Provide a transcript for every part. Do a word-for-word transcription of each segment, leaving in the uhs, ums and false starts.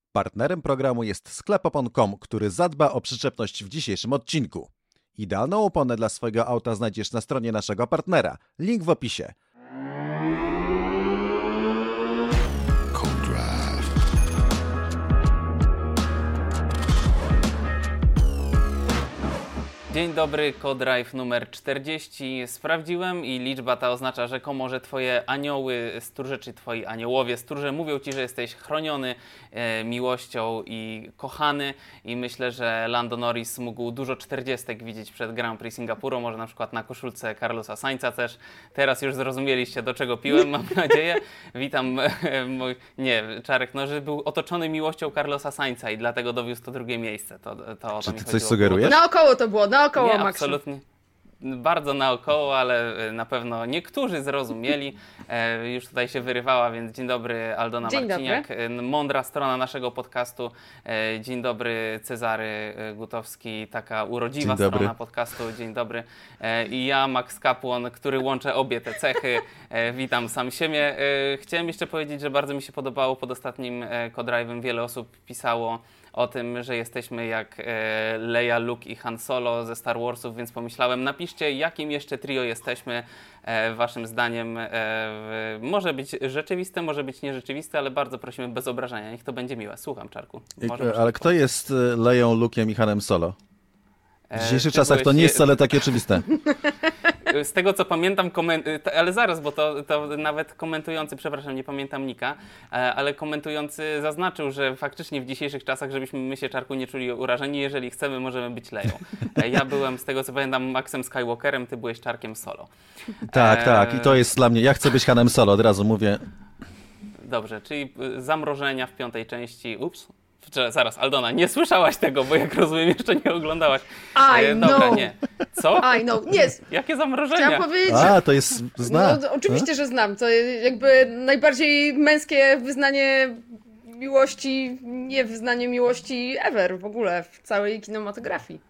Partnerem programu jest sklep opon kropka com, który zadba o przyczepność w dzisiejszym odcinku. Idealną oponę dla swojego auta znajdziesz na stronie naszego partnera. Link w opisie. Dzień dobry, CoDrive numer czterdzieści. Sprawdziłem i liczba ta oznacza rzekomo, że twoje anioły stróże, czy twoi aniołowie stróże mówią ci, że jesteś chroniony e, miłością i kochany, i myślę, że Lando Norris mógł dużo czterdziestek widzieć przed Grand Prix Singapuru, może na przykład na koszulce Carlosa Sainza też. Teraz już zrozumieliście, do czego piłem, mam nadzieję. Witam, e, mój, nie, Czarek, no, że był otoczony miłością Carlosa Sainza i dlatego dowiózł to drugie miejsce. To, to o to Czy mi ty chodziło. coś sugerujesz? Naokoło to było, naokoło, Nie, Maksiu. absolutnie. Bardzo naokoło, ale na pewno niektórzy zrozumieli. E, już tutaj się wyrywała, więc dzień dobry, Aldona Dzień Marciniak. dobry. Mądra strona naszego podcastu. E, dzień dobry, Cezary Gutowski, taka urodziwa Dzień dobry. strona podcastu. Dzień dobry. E, I ja, Max Kapłon, który łączę obie te cechy. E, witam sam siebie. E, chciałem jeszcze powiedzieć, że bardzo mi się podobało pod ostatnim e, CoDrive'em. Wiele osób pisało o tym, że jesteśmy jak e, Leia, Luke i Han Solo ze Star Warsów, więc pomyślałem, napiszcie, jakim jeszcze trio jesteśmy e, waszym zdaniem. E, w, może być rzeczywiste, może być nierzeczywiste, ale bardzo prosimy bez obrażenia. Niech to będzie miłe. Słucham, Czarku. Możemy Ale kto jest Leją, Luke'iem i Hanem Solo? W E, dzisiejszych ty czasach to byłeś- nie jest wcale takie oczywiste. Z tego co pamiętam, komen- t- ale zaraz, bo to, to nawet komentujący, przepraszam, nie pamiętam nika, e, ale komentujący zaznaczył, że faktycznie w dzisiejszych czasach, żebyśmy my się, Czarku, nie czuli urażeni, jeżeli chcemy, możemy być Leją. E, ja byłem, z tego co pamiętam, Maxem Skywalkerem, ty byłeś Czarkiem Solo. Tak, E, tak. I to jest dla mnie. Ja chcę być Hanem Solo, od razu mówię. Dobrze, czyli y, zamrożenia w piątej części. Ups. Cze- Zaraz, Aldona, nie słyszałaś tego, bo jak rozumiem, jeszcze nie oglądałaś. I E, Dobra, know. nie. Co? I know. Nie, Jakie zamrożenia? chciałam powiedzieć, A, to jest. Zna. no, oczywiście, że znam. To jakby najbardziej męskie wyznanie miłości, nie wyznanie miłości ever w ogóle w całej kinematografii.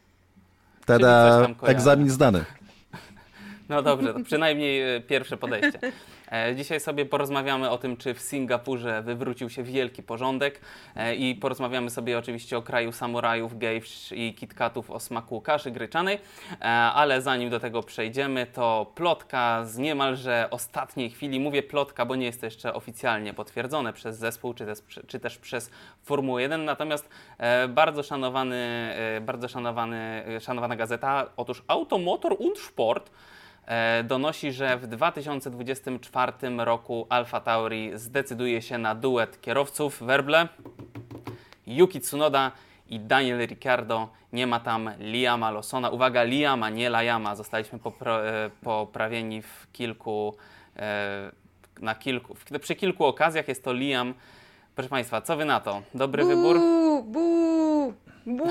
Tada, coś tam kojarzę. egzamin zdany. No dobrze, to przynajmniej e, pierwsze podejście. E, Dzisiaj sobie porozmawiamy o tym, czy w Singapurze wywrócił się wielki porządek e, i porozmawiamy sobie oczywiście o kraju samurajów, gejsz i kitkatów o smaku kaszy gryczanej, e, ale zanim do tego przejdziemy, to plotka z niemalże ostatniej chwili. Mówię plotka, bo nie jest to jeszcze oficjalnie potwierdzone przez zespół, czy też, czy też przez Formułę jeden, natomiast e, bardzo szanowany, e, bardzo szanowany, e, szanowana gazeta, otóż Automotor und Sport E, donosi, że w dwa tysiące dwudziestym czwartym roku Alfa Tauri zdecyduje się na duet kierowców. Werble, Yuki Tsunoda i Daniel Ricciardo. Nie ma tam Liama Lawsona. Uwaga, Liama, nie Layama. Zostaliśmy popro, e, poprawieni w kilku, e, na kilku, w, przy kilku okazjach. Jest to Liam. Proszę Państwa, co Wy na to? Dobry wybór? Bu, bu, bu.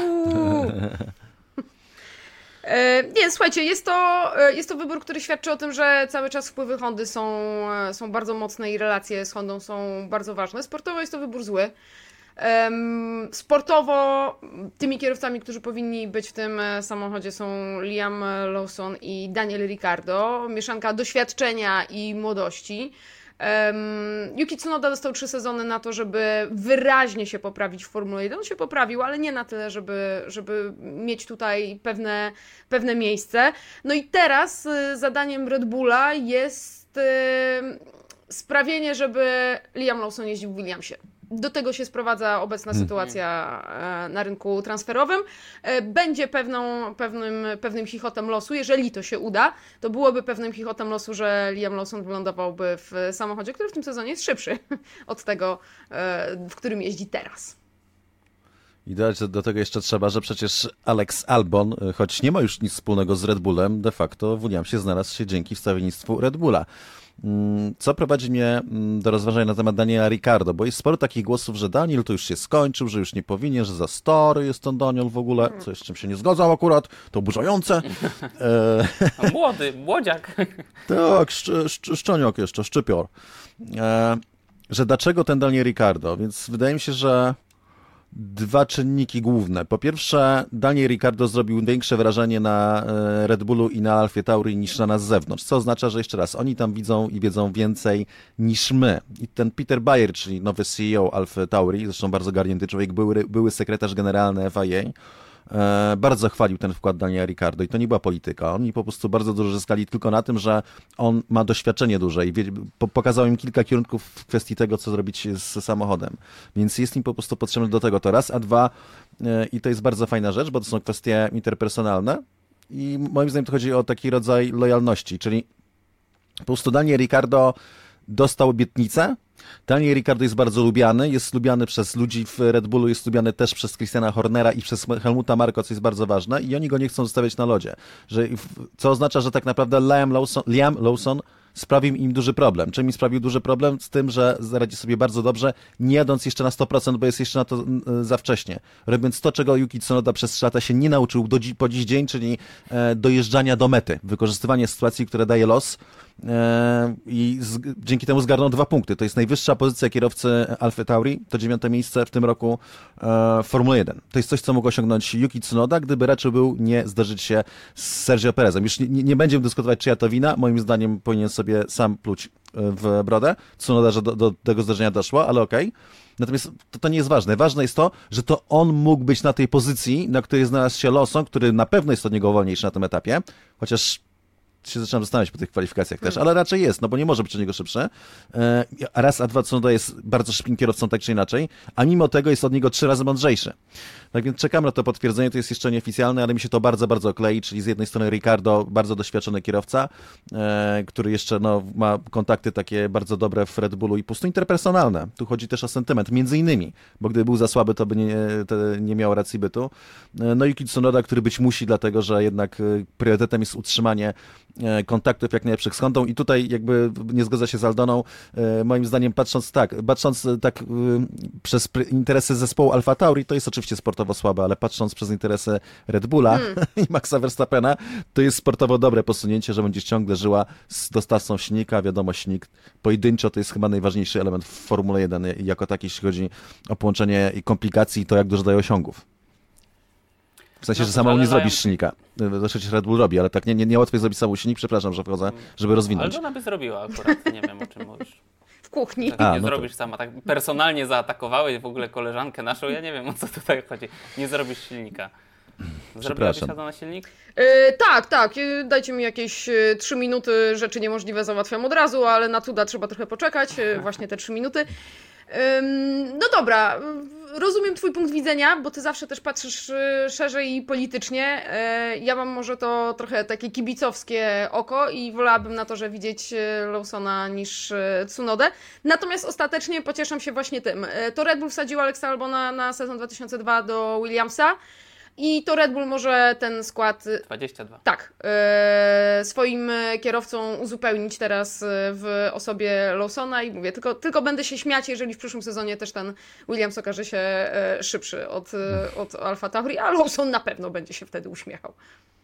E, Nie, słuchajcie, jest to, e, jest to wybór, który świadczy o tym, że cały czas wpływy Hondy są, e, są bardzo mocne i relacje z Hondą są bardzo ważne. Sportowo jest to wybór zły. Em, Sportowo tymi kierowcami, którzy powinni być w tym e, samochodzie, są Liam Lawson i Daniel Ricciardo. Mieszanka doświadczenia i młodości. Um, Yuki Tsunoda dostał trzy sezony na to, żeby wyraźnie się poprawić w Formule jeden. On się poprawił, ale nie na tyle, żeby, żeby mieć tutaj pewne, pewne miejsce. No i teraz y, zadaniem Red Bulla jest y, sprawienie, żeby Liam Lawson jeździł w Williamsie. Do tego się sprowadza obecna Mhm. sytuacja e, na rynku transferowym. E, Będzie pewną, pewnym, pewnym chichotem losu, jeżeli to się uda, to byłoby pewnym chichotem losu, że Liam Lawson wylądowałby w samochodzie, który w tym sezonie jest szybszy od tego, e, w którym jeździ teraz. I dodać do tego jeszcze trzeba, że przecież Alex Albon, choć nie ma już nic wspólnego z Red Bullem, de facto w Williamsie znalazł się dzięki wstawiennictwu Red Bulla. Co prowadzi mnie do rozważania na temat Daniela Ricciardo, bo jest sporo takich głosów, że Daniel to już się skończył, że już nie powinien, że za stary jest ten Daniel w ogóle, coś z czym się nie zgadzam akurat, to oburzające. E, No, młody, młodziak. tak, szczy, szczy, szczeniok jeszcze, szczypior. E, że dlaczego ten Daniel Ricciardo, więc wydaje mi się, że dwa czynniki główne. Po pierwsze, Daniel Ricciardo zrobił większe wrażenie na Red Bullu i na Alfie Tauri niż na nas z zewnątrz, co oznacza, że jeszcze raz, oni tam widzą i wiedzą więcej niż my. I ten Peter Bayer, czyli nowy C E O Alfy Tauri, zresztą bardzo garnięty człowiek, były, były sekretarz generalny F I A, e, bardzo chwalił ten wkład Daniela Ricciardo i to nie była polityka. Oni po prostu bardzo dużo zyskali tylko na tym, że on ma doświadczenie duże i wie, po, pokazał im kilka kierunków w kwestii tego, co zrobić z samochodem. Więc jest im po prostu potrzebne do tego to raz, a dwa, e, i to jest bardzo fajna rzecz, bo to są kwestie interpersonalne i moim zdaniem to chodzi o taki rodzaj lojalności, czyli po prostu Daniel Ricciardo dostał obietnicę. Daniel Ricciardo jest bardzo lubiany, jest lubiany przez ludzi w Red Bullu, jest lubiany też przez Christiana Hornera i przez Helmuta Marko, co jest bardzo ważne i oni go nie chcą zostawiać na lodzie, że, co oznacza, że tak naprawdę Liam Lawson, Liam Lawson sprawił im duży problem. Czym im sprawił duży problem? Z tym, że zaradzi sobie bardzo dobrze, nie jadąc jeszcze na sto procent, bo jest jeszcze na to za wcześnie. Robiąc to, czego Yuki Tsunoda przez trzy lata się nie nauczył do dzi- po dziś dzień, czyli e, dojeżdżania do mety, wykorzystywanie sytuacji, które daje los e, i z, dzięki temu zgarnął dwa punkty. To jest najwyższa pozycja kierowcy Alfy Tauri, to dziewiąte miejsce w tym roku e, Formuły jeden. To jest coś, co mógł osiągnąć Yuki Tsunoda, gdyby raczył był nie zderzyć się z Sergio Perezem. Już nie, nie, nie będziemy dyskutować, czyja to wina. Moim zdaniem powinien sobie sam pluć w brodę. Tsunoda, że do, do tego zdarzenia doszło, ale okej. Okay. Natomiast to, to nie jest ważne. Ważne jest to, że to on mógł być na tej pozycji, na której znalazł się Lawson, który na pewno jest od niego wolniejszy na tym etapie, chociaż się zaczynam zastanawiać po tych kwalifikacjach też, ale raczej jest, no bo nie może być od niego szybszy. A raz, a dwa, Tsunoda jest bardzo szybkim kierowcą, tak czy inaczej, a mimo tego jest od niego trzy razy mądrzejszy. Tak więc czekam na to potwierdzenie, to jest jeszcze nieoficjalne, ale mi się to bardzo, bardzo klei, czyli z jednej strony Ricciardo, bardzo doświadczony kierowca, e, który jeszcze no, ma kontakty takie bardzo dobre w Red Bullu i po prostu interpersonalne. Tu chodzi też o sentyment, między innymi, bo gdyby był za słaby, to by nie, to nie miał racji bytu. E, no i Yuki Tsunoda, który być musi, dlatego że jednak priorytetem jest utrzymanie kontaktów jak najlepszych z Hondą i tutaj jakby nie zgadza się z Aldoną, e, moim zdaniem patrząc tak, patrząc tak y, przez pr- interesy zespołu Alfa Tauri, to jest oczywiście sportowo słabe, ale patrząc przez interesy Red Bulla hmm. i Maxa Verstappena, to jest sportowo dobre posunięcie, że będziesz ciągle żyła z dostawcą silnika, wiadomo, silnik pojedynczo to jest chyba najważniejszy element w Formule jeden jako taki, jeśli chodzi o połączenie i komplikacji, to jak dużo daje osiągów. W sensie, no, że samemu nie dają... zrobisz silnika. Zresztą Red Bull robi, ale tak nie, nie, nie łatwiej zrobić samemu silnik. Przepraszam, że wchodzę, żeby rozwinąć. Ale ona by zrobiła akurat, nie wiem o czym mówisz. W kuchni. Tak, A, nie no zrobisz to... sama, tak personalnie zaatakowałeś w ogóle koleżankę naszą, ja nie wiem o co tutaj chodzi. Nie zrobisz silnika. Zrobiłabyś na silnik? Yy, tak, tak. Yy, dajcie mi jakieś yy, trzy minuty, rzeczy niemożliwe załatwiam od razu, ale na cuda trzeba trochę poczekać, yy, właśnie te trzy minuty. No dobra, rozumiem twój punkt widzenia, bo ty zawsze też patrzysz szerzej i politycznie. Ja mam może to trochę takie kibicowskie oko i wolałabym na to, że widzieć Lawsona niż Tsunodę. Natomiast ostatecznie pocieszam się właśnie tym. To Red Bull wsadził Alexa Albona na sezon dwa tysiące dwa do Williamsa. I to Red Bull może ten skład dwadzieścia dwa. Tak, e, swoim kierowcą uzupełnić teraz w osobie Lawsona i mówię, tylko, tylko będę się śmiać, jeżeli w przyszłym sezonie też ten Williams okaże się e, szybszy od, od Alfa Tauri, a Lawson na pewno będzie się wtedy uśmiechał.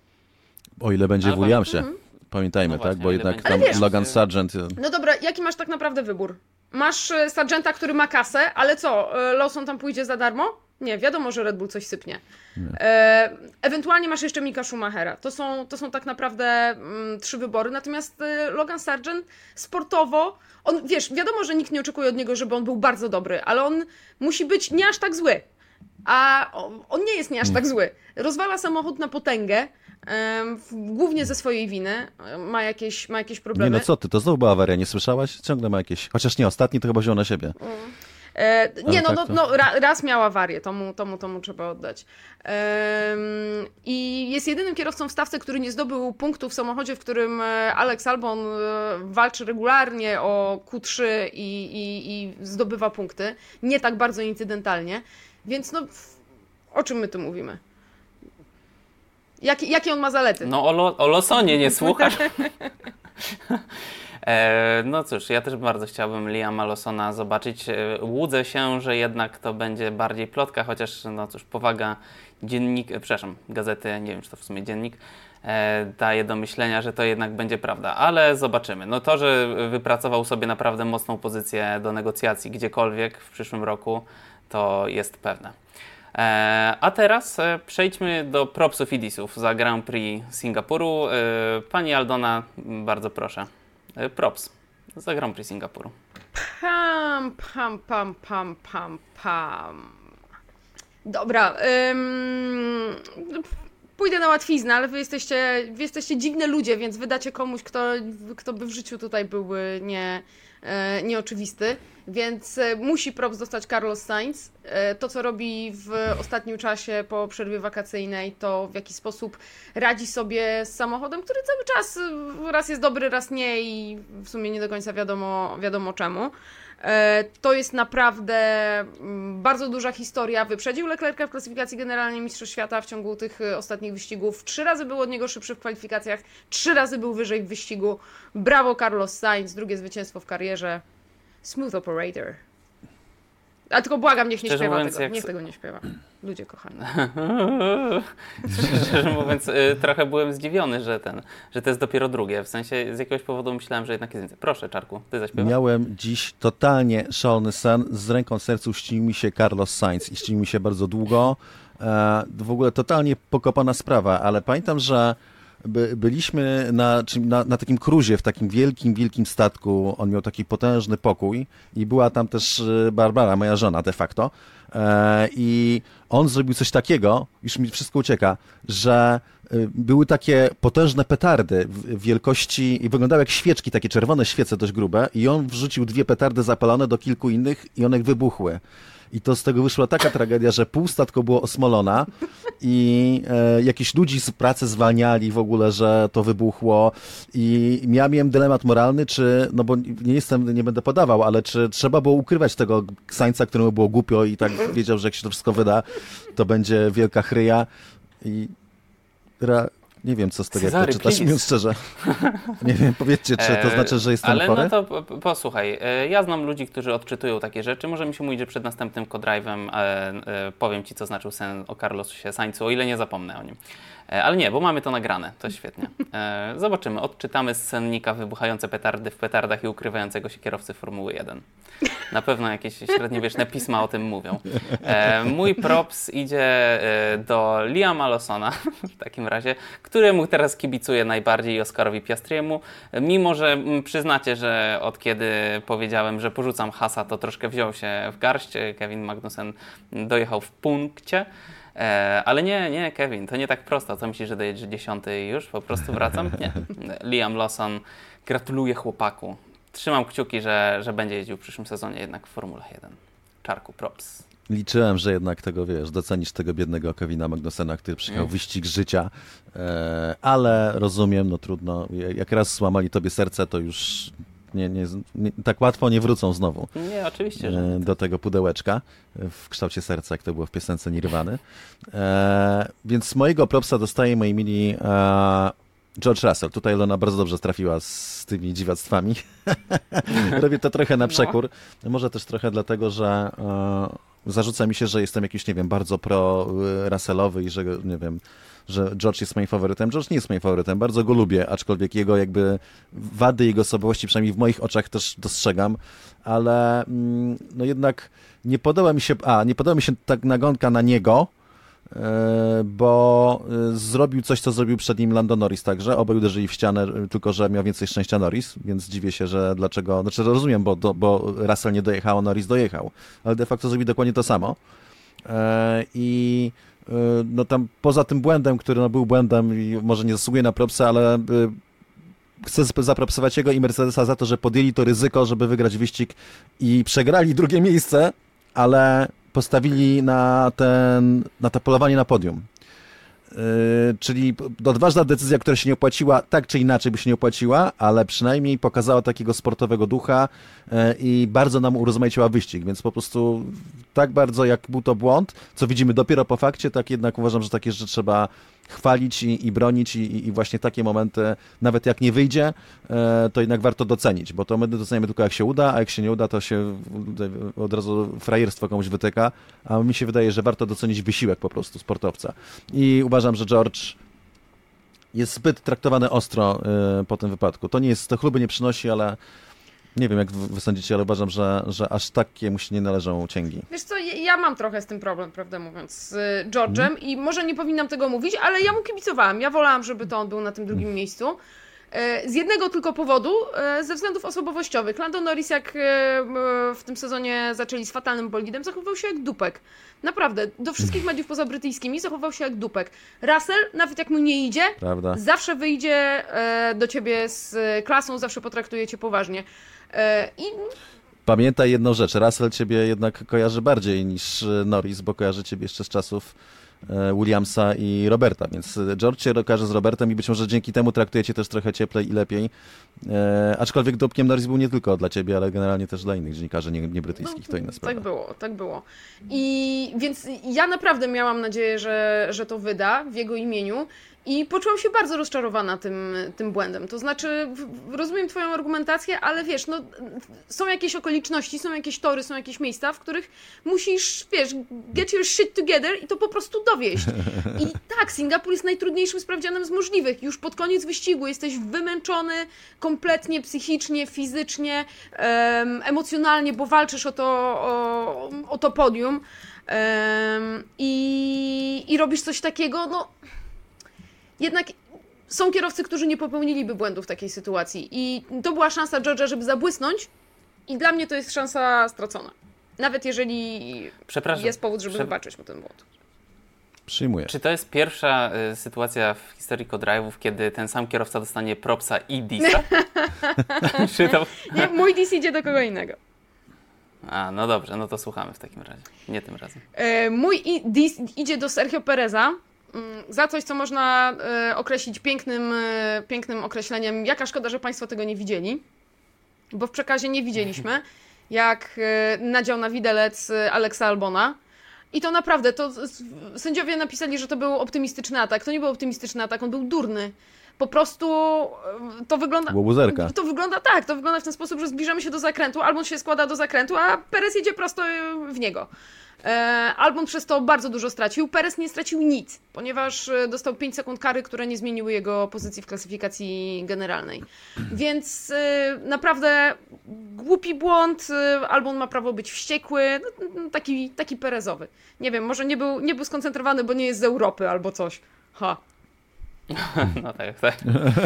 O ile będzie w Williamsie. Mhm. Pamiętajmy, no tak? właśnie, Bo jednak tam wiesz, Logan Sargent... No dobra, jaki masz tak naprawdę wybór? Masz Sargenta, który ma kasę, ale co, Lawson tam pójdzie za darmo? Nie, wiadomo, że Red Bull coś sypnie. E, ewentualnie masz jeszcze Mika Schumachera. To są, to są tak naprawdę mm, trzy wybory. Natomiast y, Logan Sargent sportowo, on, wiesz, wiadomo, że nikt nie oczekuje od niego, żeby on był bardzo dobry, ale on musi być nie aż tak zły. A on, on nie jest nie aż tak zły. Rozwala samochód na potęgę, głównie ze swojej winy, ma jakieś, ma jakieś problemy. Nie no co ty, to znowu była awaria, nie słyszałaś? Ciągle ma jakieś, chociaż nie, ostatni to chyba wziął na siebie. Mm. E, nie, no, tak no, to... no ra, raz miała awarię, to mu, to mu, to mu trzeba oddać. Ehm, I jest jedynym kierowcą w stawce, który nie zdobył punktu w samochodzie, w którym Alex Albon walczy regularnie o Q trzy i, i, i zdobywa punkty. Nie tak bardzo incydentalnie. Więc no, o czym my tu mówimy? Jak, jakie on ma zalety? No o, lo, o Lawsonie nie słuchasz? e, no cóż, ja też bardzo chciałbym Liama Lawsona zobaczyć. E, łudzę się, że jednak to będzie bardziej plotka, chociaż no cóż, powaga dziennik, e, przepraszam, gazety, nie wiem czy to w sumie dziennik, e, daje do myślenia, że to jednak będzie prawda, ale zobaczymy. No to, że wypracował sobie naprawdę mocną pozycję do negocjacji gdziekolwiek w przyszłym roku, to jest pewne. E, a teraz e, przejdźmy do propsów i disów za Grand Prix Singapuru. E, pani Aldona, bardzo proszę. E, props za Grand Prix Singapuru. Pam, pam, pam, pam, pam, pam. Dobra, ym, pójdę na łatwiznę, ale wy jesteście, wy jesteście dziwne ludzie, więc wydacie komuś, kto, kto by w życiu tutaj był nie, e, nieoczywisty. Więc e, musi props dostać Carlos Sainz. E, to, co robi w ostatnim czasie po przerwie wakacyjnej, to w jaki sposób radzi sobie z samochodem, który cały czas e, raz jest dobry, raz nie i w sumie nie do końca wiadomo, wiadomo czemu. E, to jest naprawdę mm, bardzo duża historia. Wyprzedził Leclerca w klasyfikacji generalnej Mistrzostw Świata w ciągu tych e, ostatnich wyścigów. Trzy razy był od niego szybszy w kwalifikacjach, trzy razy był wyżej w wyścigu. Brawo Carlos Sainz, drugie zwycięstwo w karierze. Smooth operator. A tylko błagam, niech nie Szczerze śpiewa mówiąc, tego. jak Niech s- tego nie śpiewa. Ludzie kochani. Szczerze mówiąc, y, trochę byłem zdziwiony, że ten, że to jest dopiero drugie. W sensie z jakiegoś powodu myślałem, że jednak jest więcej. Proszę, Czarku, ty zaśpiewasz. Miałem dziś totalnie szalony sen. Z ręką w sercu ścinił mi się Carlos Sainz i ścinił mi się bardzo długo. E, w ogóle totalnie pokopana sprawa, ale pamiętam, że by, byliśmy na, czym- na, na takim cruzie, w takim wielkim, wielkim statku. On miał taki potężny pokój i była tam też e, Barbara, moja żona de facto. E, I on zrobił coś takiego, już mi wszystko ucieka, że e, były takie potężne petardy w wielkości i wyglądały jak świeczki, takie czerwone świece dość grube i on wrzucił dwie petardy zapalone do kilku innych i one wybuchły. I to z tego wyszła taka tragedia, że pół statku było osmolona i e, jakichś ludzi z pracy zwalniali w ogóle, że to wybuchło i ja miałem dylemat moralny, czy, no bo nie jestem, nie będę podawał, ale czy trzeba było ukrywać tego Sainza, któremu było głupio i tak wiedział, że jak się to wszystko wyda, to będzie wielka chryja i ra, nie wiem, co z tego, jak Cezary, to czytasz, please. mówiąc szczerze. Nie wiem, powiedzcie, czy to E, znaczy, że jestem Ale chory? no to p- p- posłuchaj, e, ja znam ludzi, którzy odczytują takie rzeczy. Może mi się mówić, że przed następnym co-drive'em e, e, powiem Ci, co znaczył sen o Carlosie Sainzu, o ile nie zapomnę o nim. E, ale nie, bo mamy to nagrane, to świetnie. E, zobaczymy, odczytamy z sennika wybuchające petardy w petardach i ukrywającego się kierowcy Formuły jeden. Na pewno jakieś średniowieczne pisma o tym mówią. E, mój props idzie e, do Liama Lawsona w takim razie, któremu teraz kibicuję najbardziej i Oscarowi Piastriemu. E, mimo, że m, przyznacie, że od kiedy powiedziałem, że porzucam Hasa, to troszkę wziął się w garść. E, Kevin Magnussen dojechał w punkcie. E, ale nie, nie, Kevin, to nie tak prosto. Co myślisz, że dojedziesz dziesiąty i już po prostu wracam? Nie. Liam Lawson, gratuluję chłopaku. Trzymam kciuki, że, że będzie jeździł w przyszłym sezonie jednak w Formule jeden. Czarku, props. Liczyłem, że jednak tego, wiesz, docenisz tego biednego Kevina Magnusena, który przyjechał Mm. wyścig życia, e, ale rozumiem, no trudno, jak raz złamali tobie serce, to już nie, nie, nie, tak łatwo nie wrócą znowu Nie, oczywiście, że e, nie. do tego pudełeczka w kształcie serca, jak to było w piosence Nirwany. E, więc z mojego propsa dostaje, moi mili, e, George Russell. Tutaj Lona bardzo dobrze trafiła z tymi dziwactwami. Robię to trochę na przekór. Może też trochę dlatego, że e, zarzuca mi się, że jestem jakiś, nie wiem, bardzo pro-Russellowy i że, nie wiem, że George jest moim faworytem. George nie jest moim faworytem, bardzo go lubię, aczkolwiek jego jakby wady jego osobowości, przynajmniej w moich oczach też dostrzegam, ale mm, no jednak nie podoba mi się, a nie podoba mi się tak nagonka na niego, e, bo e, zrobił coś, co zrobił przed nim Lando Norris także. Obaj uderzyli w ścianę, e, tylko że miał więcej szczęścia Norris, więc dziwię się, że dlaczego, znaczy rozumiem, bo, do, bo Russell nie dojechał, a Norris dojechał, ale de facto zrobił dokładnie to samo. E, I e, no tam poza tym błędem, który no był błędem i może nie zasługuje na propsy, ale e, chcę sp- zapropsować jego i Mercedesa za to, że podjęli to ryzyko, żeby wygrać wyścig i przegrali drugie miejsce, ale postawili na, ten, na to polowanie na podium. Yy, czyli p- odważna decyzja, która się nie opłaciła, tak czy inaczej by się nie opłaciła, ale przynajmniej pokazała takiego sportowego ducha yy, i bardzo nam urozmaiciła wyścig, więc po prostu tak bardzo jak był to błąd, co widzimy dopiero po fakcie, tak jednak uważam, że takie rzeczy trzeba chwalić i, i bronić i, i właśnie takie momenty, nawet jak nie wyjdzie, e, to jednak warto docenić, bo to my doceniamy tylko jak się uda, a jak się nie uda, to się w- od razu frajerstwo komuś wytyka, a mi się wydaje, że warto docenić wysiłek po prostu sportowca. I uważam, że George jest zbyt traktowany ostro e, po tym wypadku. To nie jest, to chluby nie przynosi, ale Nie wiem, jak wy sądzicie, ale uważam, że, że aż takiemu się nie należą cięgi. Wiesz co, ja mam trochę z tym problem, prawdę mówiąc, z George'em hmm. i może nie powinnam tego mówić, ale ja mu kibicowałam. Ja wolałam, żeby to on był na tym drugim hmm. miejscu. Z jednego tylko powodu, ze względów osobowościowych. Lando Norris, jak w tym sezonie zaczęli z fatalnym bolidem, zachowywał się jak dupek. Naprawdę, do wszystkich mediów pozabrytyjskimi zachowywał się jak dupek. Russell, nawet jak mu nie idzie, Prawda. zawsze wyjdzie do ciebie z klasą, zawsze potraktuje cię poważnie. I... Pamiętaj jedną rzecz, Russell ciebie jednak kojarzy bardziej niż Norris, bo kojarzy ciebie jeszcze z czasów Williamsa i Roberta, więc George cię kojarzy z Robertem i być może dzięki temu traktuje cię też trochę cieplej i lepiej. E, aczkolwiek dupkiem Norris był nie tylko dla ciebie, ale generalnie też dla innych dziennikarzy nie, nie brytyjskich, no, to inna sprawa. Tak było, tak było. I więc ja naprawdę miałam nadzieję, że, że to wyda w jego imieniu. I poczułam się bardzo rozczarowana tym, tym błędem. To znaczy, rozumiem twoją argumentację, ale wiesz, no, są jakieś okoliczności, są jakieś tory, są jakieś miejsca, w których musisz, wiesz, get your shit together i to po prostu dowieść. I tak, Singapur jest najtrudniejszym sprawdzianem z możliwych. Już pod koniec wyścigu jesteś wymęczony kompletnie psychicznie, fizycznie, um, emocjonalnie, bo walczysz o to, o, o to podium um, i, i robisz coś takiego, no... Jednak są kierowcy, którzy nie popełniliby błędu w takiej sytuacji i to była szansa George'a, żeby zabłysnąć i dla mnie to jest szansa stracona. Nawet jeżeli jest powód, żeby Prze... wybaczyć mu ten błąd. Przyjmuję. Czy to jest pierwsza y, sytuacja w historii co-drive'ów, kiedy ten sam kierowca dostanie propsa i disa? Czy to... Nie, mój dis idzie do kogo innego. A, no dobrze, no to słuchamy w takim razie. Nie tym razem. E, mój dis idzie do Sergio Pereza. Za coś, co można e, określić pięknym, e, pięknym określeniem. Jaka szkoda, że Państwo tego nie widzieli, bo w przekazie nie widzieliśmy, jak e, nadział na widelec Alexa Albona. I to naprawdę, to sędziowie napisali, że to był optymistyczny atak. To nie był optymistyczny atak, on był durny. Po prostu to wygląda... Łobuzerka. To wygląda tak, to wygląda w ten sposób, że zbliżamy się do zakrętu, Albon się składa do zakrętu, a Perez jedzie prosto w niego. Albon przez to bardzo dużo stracił. Perez nie stracił nic, ponieważ dostał pięć sekund kary, które nie zmieniły jego pozycji w klasyfikacji generalnej. Więc naprawdę głupi błąd. Albon ma prawo być wściekły. Taki, taki Perezowy. Nie wiem, może nie był, nie był skoncentrowany, bo nie jest z Europy albo coś. Ha. No tak, tak.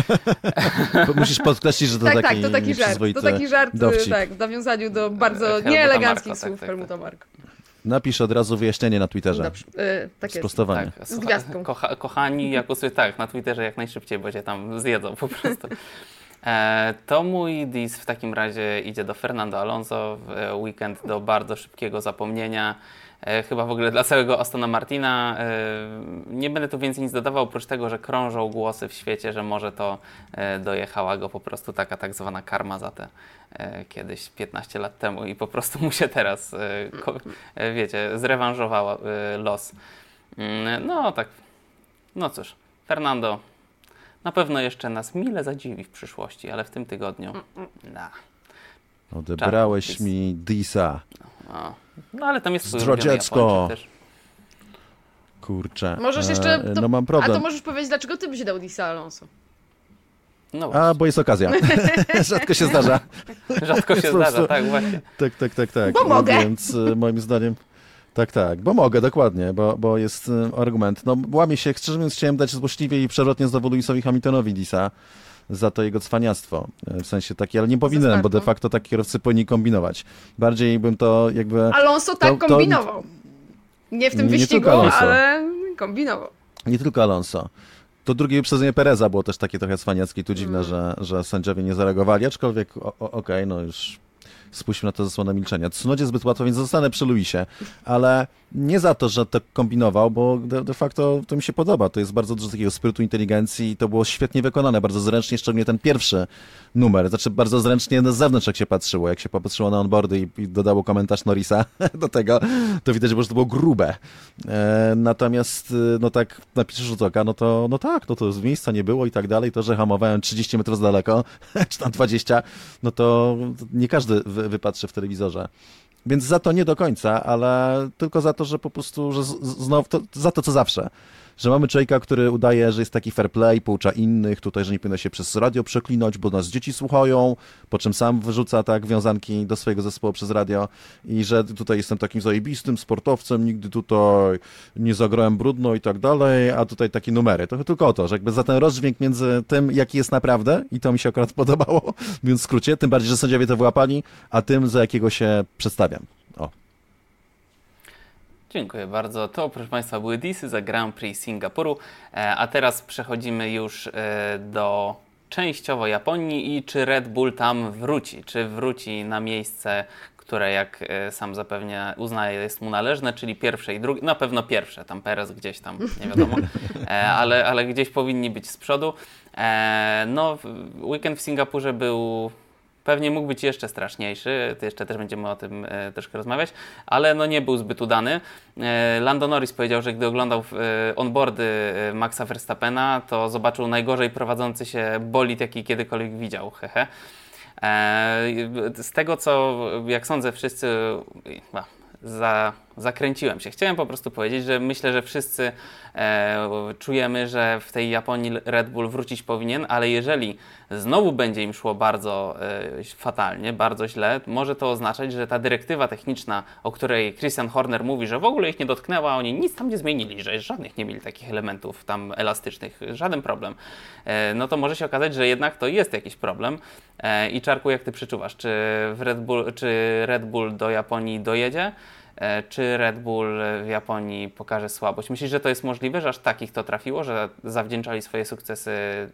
Musisz podkreślić, że to tak, taki tak, to taki żart. To taki żart dowcip. Tak, w nawiązaniu do bardzo nieeleganckich Marko, słów tak, Helmuta tak, Marko. Napisz od razu wyjaśnienie na Twitterze. Dobrze, yy, tak Sprostowanie. Tak, z gwiazdką. Kocha, kochani, jak usłyszę, tak, na Twitterze jak najszybciej, bo cię tam zjedzą po prostu. E, to mój dis w takim razie idzie do Fernando Alonso w weekend do bardzo szybkiego zapomnienia. E, chyba w ogóle dla całego Astona Martina. E, nie będę tu więcej nic dodawał, oprócz tego, że krążą głosy w świecie, że może to e, dojechała go po prostu taka tak zwana karma za te e, kiedyś piętnaście lat temu i po prostu mu się teraz, e, ko, e, wiecie, zrewanżowała e, los. E, no tak, no cóż, Fernando na pewno jeszcze nas mile zadziwi w przyszłości, ale w tym tygodniu na. Odebrałeś Czarny mi disa. No, no ale tam jest Zdrodziecko. Kurczę. Możesz jeszcze... To, no mam problem. A to możesz powiedzieć, dlaczego ty byś dał disa Alonso? No a, bo jest okazja. Rzadko się zdarza. Rzadko się zdarza, tak właśnie. Tak, tak, tak, tak. Bo mogę. Więc moim zdaniem... Tak, tak, bo mogę, dokładnie, bo, bo jest y, argument. No łamie się, szczerze mówiąc chciałem dać złośliwie i przewrotnie znowu Lewisowi Hamiltonowi disa za to jego cwaniactwo, w sensie takie, ale nie powinienem, bo de facto tak kierowcy powinni kombinować. Bardziej bym to jakby... Alonso tak to, kombinował. To... Nie w tym nie, wyścigu, nie ale kombinował. Nie tylko Alonso. To drugie wyprzedzenie Pereza było też takie trochę cwaniackie i tu dziwne, mm. że, że sędziowie nie zareagowali, aczkolwiek okej, okay, no już... Spuśćmy na to zasłonę milczenia. Tsunodzie zbyt łatwo, więc zostanę przy Luisie, ale nie za to, że to kombinował, bo de, de facto to mi się podoba. To jest bardzo dużo takiego sprytu, inteligencji i to było świetnie wykonane, bardzo zręcznie, szczególnie ten pierwszy numer. Znaczy bardzo zręcznie z zewnątrz, jak się patrzyło, jak się popatrzyło na onboardy i, i dodało komentarz Norrisa do tego, to widać, że to było grube. E, natomiast, no tak na pierwszy rzut oka, no to no tak, no to z miejsca nie było i tak dalej. To, że hamowałem trzydzieści metrów z daleko, czy tam dwadzieścia, no to nie każdy wy, wypatrzy w telewizorze Więc za to nie do końca, ale tylko za to, że po prostu, że znowu, to, za to co zawsze. Że mamy człowieka, który udaje, że jest taki fair play, poucza innych, tutaj, że nie powinno się przez radio przeklinać, bo nas dzieci słuchają, po czym sam wyrzuca tak wiązanki do swojego zespołu przez radio i że tutaj jestem takim zajebistym sportowcem, nigdy tutaj nie zagrałem brudno i tak dalej, a tutaj takie numery. To tylko o to, że jakby za ten rozdźwięk między tym, jaki jest naprawdę, i to mi się akurat podobało, mówiąc w skrócie, tym bardziej, że sędziowie to wyłapali, a tym, za jakiego się przedstawiam. O. Dziękuję bardzo. To, proszę Państwa, były disy za Grand Prix Singapuru, a teraz przechodzimy już do częściowo Japonii i czy Red Bull tam wróci, czy wróci na miejsce, które jak sam zapewne uznaje jest mu należne, czyli pierwsze i drugie, na pewno pierwsze, tam Perez gdzieś tam, nie wiadomo, ale, ale gdzieś powinni być z przodu. No, weekend w Singapurze był... Pewnie mógł być jeszcze straszniejszy, jeszcze też będziemy o tym e, troszkę rozmawiać, ale no nie był zbyt udany. E, Lando Norris powiedział, że gdy oglądał e, onboardy e, Maxa Verstappena, to zobaczył najgorzej prowadzący się bolid, jaki kiedykolwiek widział. Hehe. E, z tego, co jak sądzę wszyscy... Bah, Za, zakręciłem się. Chciałem po prostu powiedzieć, że myślę, że wszyscy e, czujemy, że w tej Japonii Red Bull wrócić powinien, ale jeżeli znowu będzie im szło bardzo e, fatalnie, bardzo źle, może to oznaczać, że ta dyrektywa techniczna, o której Christian Horner mówi, że w ogóle ich nie dotknęła, oni nic tam nie zmienili, że żadnych nie mieli takich elementów tam elastycznych, żaden problem, e, no to może się okazać, że jednak to jest jakiś problem. E, I Czarku, jak ty przeczuwasz, czy, w Red Bull, czy Red Bull do Japonii dojedzie? Czy Red Bull w Japonii pokaże słabość? Myślisz, że to jest możliwe, że aż takich to trafiło, że zawdzięczali swoje sukcesy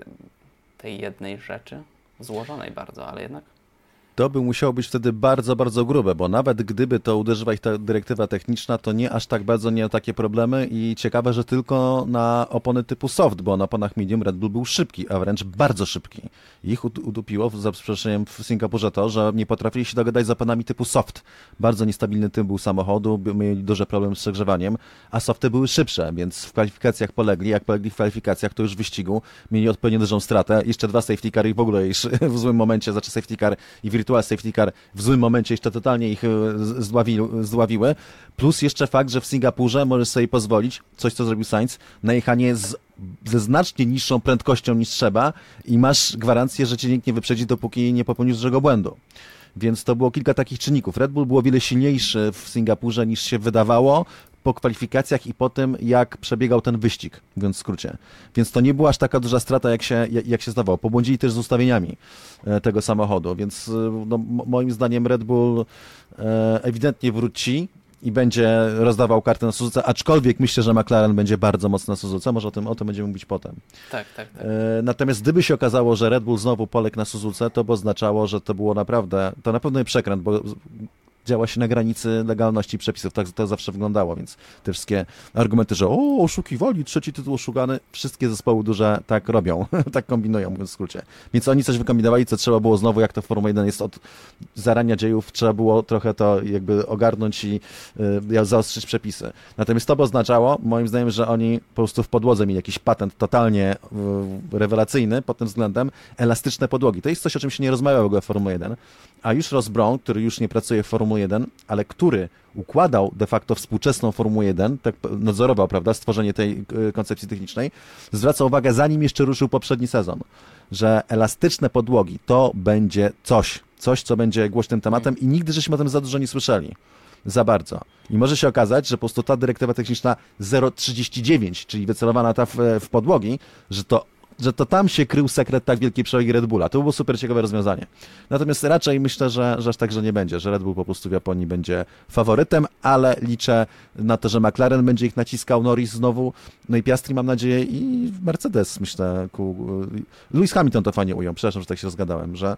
tej jednej rzeczy? Złożonej bardzo, ale jednak? To by musiało być wtedy bardzo, bardzo grube, bo nawet gdyby to uderzyła ich ta dyrektywa techniczna, to nie aż tak bardzo nie takie problemy i ciekawe, że tylko na opony typu soft, bo na oponach medium Red Bull był szybki, a wręcz bardzo szybki. Ich udupiło, za przeproszeniem, w Singapurze to, że nie potrafili się dogadać z oponami typu soft. Bardzo niestabilny typ był samochodu, mieli duży problem z przegrzewaniem, a softy były szybsze, więc w kwalifikacjach polegli. Jak polegli w kwalifikacjach, to już w wyścigu mieli odpowiednio dużą stratę. Jeszcze dwa safety car i w ogóle już w złym momencie, znaczy safety car i virtual safety car w złym momencie jeszcze totalnie ich zdławi, zdławiły. Plus jeszcze fakt, że w Singapurze możesz sobie pozwolić, coś co zrobił Sainz, na jechanie z, ze znacznie niższą prędkością niż trzeba i masz gwarancję, że cię nikt nie wyprzedzi, dopóki nie popełnisz dużego błędu. Więc to było kilka takich czynników. Red Bull było wiele silniejszy w Singapurze niż się wydawało po kwalifikacjach i po tym, jak przebiegał ten wyścig, mówiąc w skrócie. Więc to nie była aż taka duża strata, jak się, jak się zdawało. Pobłądzili też z ustawieniami tego samochodu, więc no, moim zdaniem Red Bull e, ewidentnie wróci i będzie rozdawał kartę na Suzuce, aczkolwiek myślę, że McLaren będzie bardzo mocno na Suzuce, może o tym, o tym będziemy mówić potem. Tak, tak, tak. E, natomiast gdyby się okazało, że Red Bull znowu poległ na Suzuce, to by oznaczało, że to było naprawdę, to na pewno nie przekręt, bo działa się na granicy legalności przepisów, tak to zawsze wyglądało, więc te wszystkie argumenty, że o, oszukiwali, trzeci tytuł oszukany, wszystkie zespoły duże tak robią, tak kombinują, mówiąc w skrócie. Więc oni coś wykombinowali, co trzeba było znowu, jak to w Formule jeden jest od zarania dziejów, trzeba było trochę to jakby ogarnąć i y, zaostrzyć przepisy. Natomiast to by oznaczało, moim zdaniem, że oni po prostu w podłodze mieli jakiś patent totalnie y, rewelacyjny pod tym względem, elastyczne podłogi. To jest coś, o czym się nie rozmawia w ogóle w Formule jeden, a już Ross Brown, który już nie pracuje w Formule jeden, ale który układał de facto współczesną Formułę jeden, tak nadzorował, prawda, stworzenie tej koncepcji technicznej, zwraca uwagę, zanim jeszcze ruszył poprzedni sezon, że elastyczne podłogi to będzie coś, coś, co będzie głośnym tematem i nigdy żeśmy o tym za dużo nie słyszeli. Za bardzo. I może się okazać, że po prostu ta dyrektywa techniczna zero przecinek trzydzieści dziewięć, czyli wycelowana ta w, w podłogi, że to że to tam się krył sekret tak wielkiej przewagi Red Bulla. To było super ciekawe rozwiązanie. Natomiast raczej myślę, że, że aż tak, że nie będzie, że Red Bull po prostu w Japonii będzie faworytem, ale liczę na to, że McLaren będzie ich naciskał, Norris znowu, no i Piastri mam nadzieję i Mercedes, myślę, ku... Lewis Hamilton to fajnie ujął, przepraszam, że tak się rozgadałem, że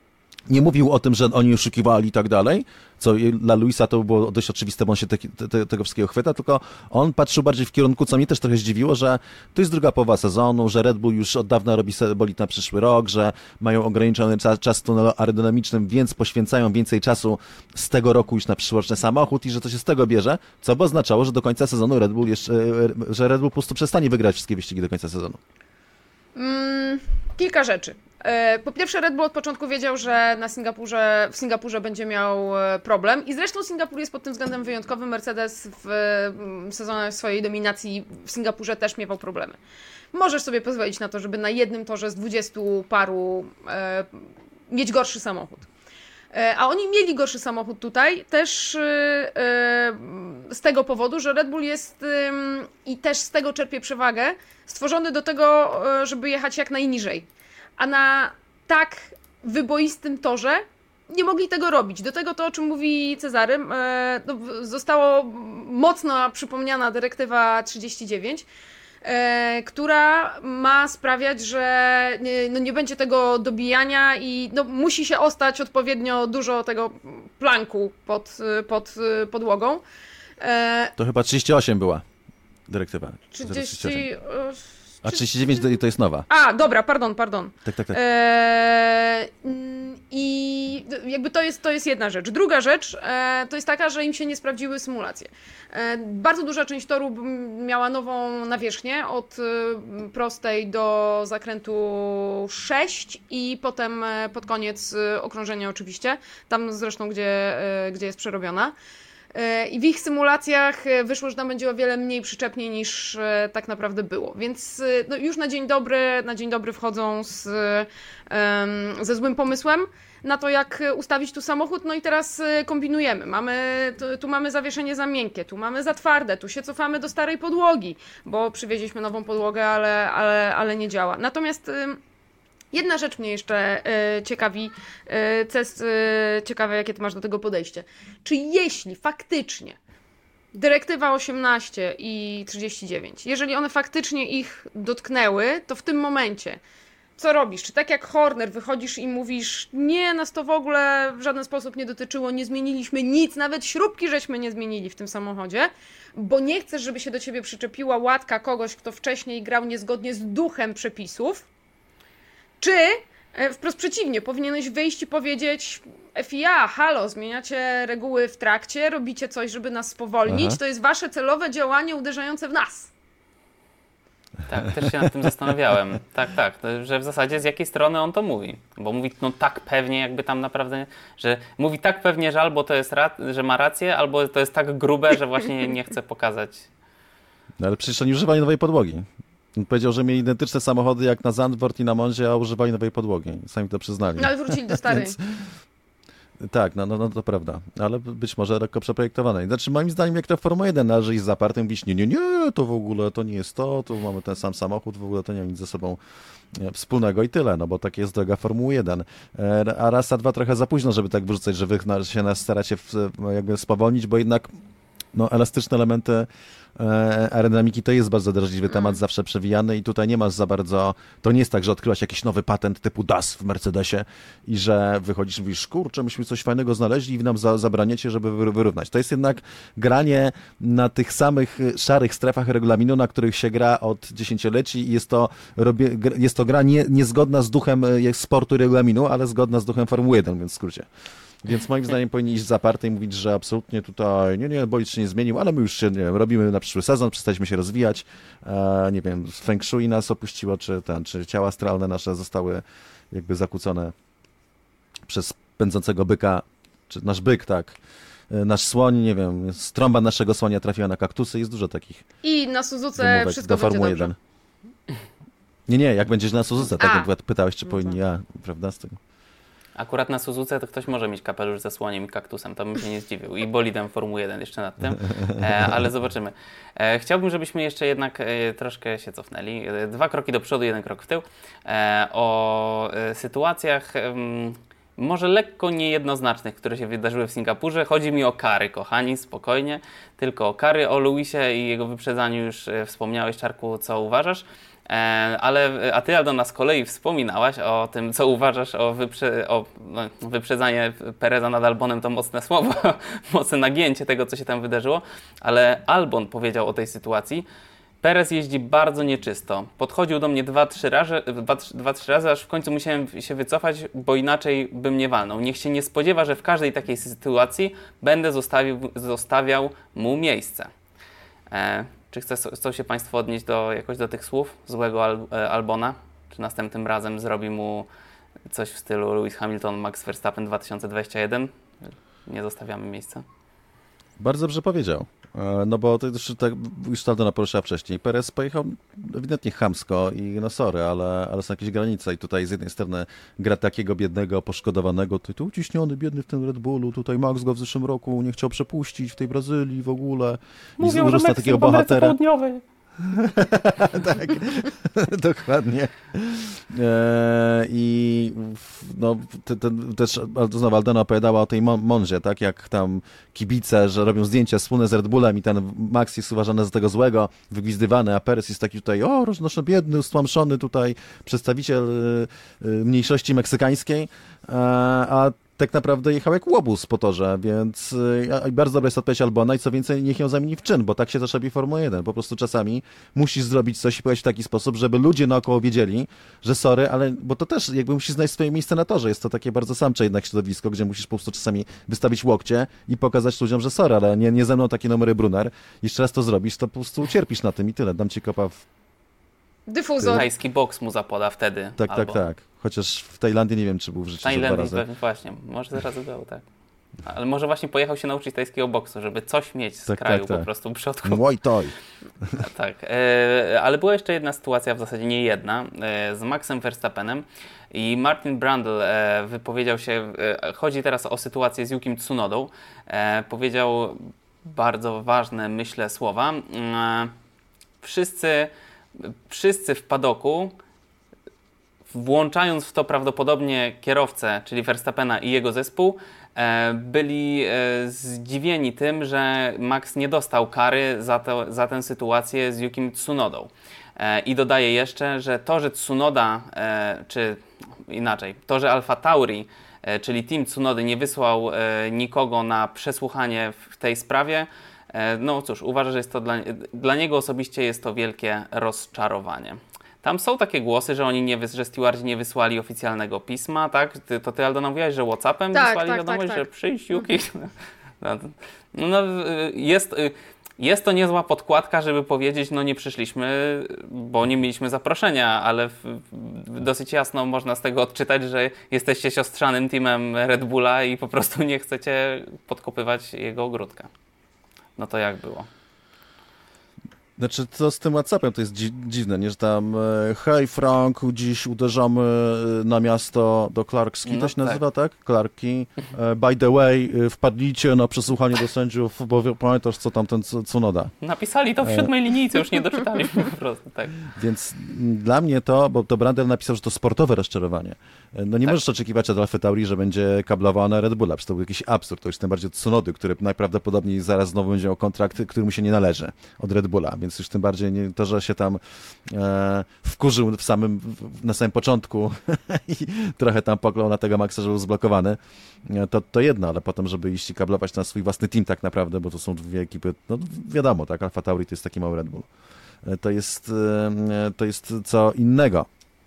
nie mówił o tym, że oni oszukiwali i tak dalej, co dla Luisa to było dość oczywiste, bo on się te, te, tego wszystkiego chwyta, tylko on patrzył bardziej w kierunku, co mnie też trochę zdziwiło, że to jest druga połowa sezonu, że Red Bull już od dawna robi bolid na przyszły rok, że mają ograniczony czas, czas tunelu aerodynamicznym, więc poświęcają więcej czasu z tego roku już na przyszłoroczny samochód i że to się z tego bierze, co by oznaczało, że do końca sezonu Red Bull jeszcze, że Red Bull po prostu przestanie wygrać wszystkie wyścigi do końca sezonu. Mm, kilka rzeczy. Po pierwsze, Red Bull od początku wiedział, że na Singapurze, w Singapurze będzie miał problem i zresztą Singapur jest pod tym względem wyjątkowy. Mercedes w sezonie swojej dominacji w Singapurze też miewał problemy. Możesz sobie pozwolić na to, żeby na jednym torze z dwudziestu paru e, mieć gorszy samochód. E, a oni mieli gorszy samochód tutaj też e, e, z tego powodu, że Red Bull jest e, i też z tego czerpie przewagę, stworzony do tego, e, żeby jechać jak najniżej. A na tak wyboistym torze nie mogli tego robić. Do tego to, o czym mówi Cezary, e, no, zostało mocno przypomniana dyrektywa trzydzieści dziewięć, e, która ma sprawiać, że nie, no nie będzie tego dobijania i no, musi się ostać odpowiednio dużo tego planku pod, pod podłogą. E, To chyba trzydzieści osiem była dyrektywa. trzydzieści A trzydzieści dziewięć to jest nowa. A, dobra, pardon, pardon. Tak, tak, tak. Eee, I jakby to jest, to jest jedna rzecz. Druga rzecz e, to jest taka, że im się nie sprawdziły symulacje. E, bardzo duża część toru miała nową nawierzchnię od e, prostej do zakrętu sześć i potem e, pod koniec e, okrążenia oczywiście, tam zresztą gdzie, e, gdzie jest przerobiona. I w ich symulacjach wyszło, że tam będzie o wiele mniej przyczepnie niż tak naprawdę było. Więc no już na dzień dobry, na dzień dobry wchodzą z, um, ze złym pomysłem na to, jak ustawić tu samochód. No i teraz kombinujemy. Mamy, tu, tu mamy zawieszenie za miękkie, tu mamy za twarde, tu się cofamy do starej podłogi, bo przywieźliśmy nową podłogę, ale, ale, ale nie działa. Natomiast jedna rzecz mnie jeszcze y, ciekawi, y, Ces, y, ciekawe jakie ty masz do tego podejście. Czy jeśli faktycznie dyrektywa osiemnaście i trzydzieści dziewięć, jeżeli one faktycznie ich dotknęły, to w tym momencie co robisz? Czy tak jak Horner wychodzisz i mówisz, nie, nas to w ogóle w żaden sposób nie dotyczyło, nie zmieniliśmy nic, nawet śrubki żeśmy nie zmienili w tym samochodzie, bo nie chcesz, żeby się do ciebie przyczepiła łatka kogoś, kto wcześniej grał niezgodnie z duchem przepisów? Czy wprost przeciwnie, powinieneś wyjść i powiedzieć F I A, halo, zmieniacie reguły w trakcie, robicie coś, żeby nas spowolnić, Aha. to jest wasze celowe działanie uderzające w nas. Tak, też się nad tym zastanawiałem. Tak, tak, że w zasadzie z jakiej strony on to mówi. Bo mówi no tak pewnie, jakby tam naprawdę, że mówi tak pewnie, że albo to jest, że ma rację, albo to jest tak grube, że właśnie nie chce pokazać. No ale przecież oni używali nowej podłogi. On powiedział, że mieli identyczne samochody jak na Zandvoort i na Monzie, a używali nowej podłogi. Sami to przyznali. No ale wrócili do starej. Więc... Tak, no, no, no to prawda, ale być może lekko przeprojektowane. Znaczy moim zdaniem jak to w Formule jeden należy iść zapartym, mówić nie, nie, nie, to w ogóle to nie jest to, tu mamy ten sam samochód, w ogóle to nie ma nic ze sobą wspólnego i tyle, no bo tak jest droga Formuły jeden. A raz, a dwa trochę za późno, żeby tak wyrzucać, że wy się nas staracie w, jakby spowolnić, bo jednak no, elastyczne elementy e, aerodynamiki to jest bardzo drażliwy temat, zawsze przewijany i tutaj nie masz za bardzo, to nie jest tak, że odkryłaś jakiś nowy patent typu D A S w Mercedesie i że wychodzisz i mówisz, kurczę, myśmy coś fajnego znaleźli i wy nam za, zabraniacie, żeby wyrównać. To jest jednak granie na tych samych szarych strefach regulaminu, na których się gra od dziesięcioleci i jest to, robie, jest to gra nie, niezgodna z duchem sportu i regulaminu, ale zgodna z duchem Formuły jeden, więc w skrócie. Więc moim zdaniem powinni iść zaparte i mówić, że absolutnie tutaj, nie, nie, bolid się nie zmienił, ale my już się, nie wiem, robimy na przyszły sezon, przestaliśmy się rozwijać, e, nie wiem, feng shui nas opuściło, czy, ten, czy ciała astralne nasze zostały jakby zakłócone przez pędzącego byka, czy nasz byk, tak, e, nasz słoń, nie wiem, trąba naszego słonia trafiła na kaktusy, jest dużo takich I na Suzuce wszystko do będzie Formuły dobrze. jeden. Nie, nie, jak będziesz na Suzuce, tak A. jak pytałeś, czy No powinni, tak. ja, prawda, z tego. Akurat na Suzuce to ktoś może mieć kapelusz ze słoniem i kaktusem, to bym się nie zdziwił. I bolidem Formuły jeden jeszcze nad tym, e, ale zobaczymy. E, chciałbym, żebyśmy jeszcze jednak e, troszkę się cofnęli. E, dwa kroki do przodu, jeden krok w tył. E, o e, sytuacjach e, może lekko niejednoznacznych, które się wydarzyły w Singapurze. Chodzi mi o kary, kochani, spokojnie. Tylko o kary, o Lewisie i jego wyprzedzaniu już e, wspomniałeś, Czarku, co uważasz. Ale, a ty, Aldona, z kolei wspominałaś o tym, co uważasz o, wyprze, o no, wyprzedzanie Pereza nad Albonem, to mocne słowo, mocne nagięcie tego, co się tam wydarzyło, ale Albon powiedział o tej sytuacji. Perez jeździ bardzo nieczysto. Podchodził do mnie dwa, trzy razy, dwa, dwa, trzy razy, aż w końcu musiałem się wycofać, bo inaczej bym nie walnął. Niech się nie spodziewa, że w każdej takiej sytuacji będę zostawił, zostawiał mu miejsce. E, Czy chce, chcą się Państwo odnieść do, jakoś do tych słów złego Al, Albona? Czy następnym razem zrobi mu coś w stylu Lewis Hamilton, Max Verstappen dwa tysiące dwudziesty pierwszy. Nie zostawiamy miejsca. Bardzo dobrze powiedział. No bo to już, tak, już Aldona poruszyła wcześniej. Perez pojechał ewidentnie chamsko i no sorry, ale, ale są jakieś granice i tutaj z jednej strony gra takiego biednego, poszkodowanego, ty tu uciśniony, biedny w tym Red Bullu, tutaj Max go w zeszłym roku nie chciał przepuścić w tej Brazylii w ogóle. I mówią, że na takiego bohatera. Południowej. Tak, dokładnie. E, I no, te, te, też znowu Aldona opowiadała o tej Monzie, tak, jak tam kibice, że robią zdjęcia wspólne z Red Bullem i ten Max jest uważany za tego złego, wygwizdywany, a Perez jest taki tutaj, o, no, biedny, stłamszony tutaj przedstawiciel y, y, mniejszości meksykańskiej, a, a tak naprawdę jechał jak łobuz po torze, więc i bardzo dobra jest odpowiedź Albona i co więcej, niech ją zamieni w czyn, bo tak się też robi Formuła jeden. Po prostu czasami musisz zrobić coś i powiedzieć w taki sposób, żeby ludzie naokoło wiedzieli, że sorry, ale, bo to też jakby musisz znaleźć swoje miejsce na torze. Jest to takie bardzo samcze jednak środowisko, gdzie musisz po prostu czasami wystawić łokcie i pokazać ludziom, że sorry, ale nie, nie ze mną takie numery Brunner. Jeszcze raz to zrobisz, to po prostu ucierpisz na tym i tyle. Dam ci kopa w... Dyfuzor. Tajski boks mu zapoda wtedy. Tak, albo... tak, tak. Chociaż w Tajlandii nie wiem, czy był w życiu dwa Tajlandii razy. pewnie właśnie, może zaraz był, tak. Ale może właśnie pojechał się nauczyć tajskiego boksu, żeby coś mieć z tak, kraju tak, tak. po prostu w przodku. Muay Thai. Tak, e, ale była jeszcze jedna sytuacja, w zasadzie nie jedna, e, z Maxem Verstappenem i Martin Brundle e, wypowiedział się, e, chodzi teraz o sytuację z Yukim Tsunodą, e, powiedział bardzo ważne, myślę, słowa. E, wszyscy, wszyscy w padoku, włączając w to prawdopodobnie kierowcę, czyli Verstappena i jego zespół, byli zdziwieni tym, że Max nie dostał kary za, to, za tę sytuację z Yukim Tsunodą. I dodaje jeszcze, że to, że Tsunoda, czy inaczej, to, że Alfa Tauri, czyli team Tsunody nie wysłał nikogo na przesłuchanie w tej sprawie, no cóż, uważa, że jest to dla, dla niego osobiście jest to wielkie rozczarowanie. Tam są takie głosy, że oni nie, wys- że stewardzi nie wysłali oficjalnego pisma, tak? Ty, to ty, Aldona, mówiłaś, że WhatsAppem tak, wysłali tak, wiadomość, tak, że tak. przyjść Yuki. No, no, no, jest, jest to niezła podkładka, żeby powiedzieć, no nie przyszliśmy, bo nie mieliśmy zaproszenia, ale w, w dosyć jasno można z tego odczytać, że jesteście siostrzanym teamem Red Bulla i po prostu nie chcecie podkopywać jego ogródka. No to jak było? Znaczy, to z tym WhatsAppem to jest dzi- dziwne, nie? Że tam e, hej Frank, dziś uderzamy na miasto do Clarkski, No to się tak. nazywa, tak? Clarki. E, by the way, e, wpadnijcie na przesłuchanie do sędziów, bo wie- pamiętasz, co tam ten Tsu- Tsunoda. Napisali to w siódmej linijce, już nie doczytaliśmy po prostu, tak. Więc m, dla mnie to, bo to Brundle napisał, że to sportowe rozczarowanie. E, No nie Tak. możesz oczekiwać od Alfa Tauri, że będzie kablowała na Red Bulla, przecież to był jakiś absurd, to już tym bardziej od Tsunody, który najprawdopodobniej zaraz znowu będzie miał kontrakt, który mu się nie należy od Red Bulla, więc już tym bardziej nie, to, że się tam e, wkurzył w samym, w, na samym początku i trochę tam poklął na tego Maxa, że był zblokowany, e, to, to jedno, ale potem, żeby iść i kablować na swój własny team tak naprawdę, bo to są dwie ekipy, no wiadomo, tak, Alfa Tauri to jest taki mały Red Bull. E, to jest, e, to jest co innego.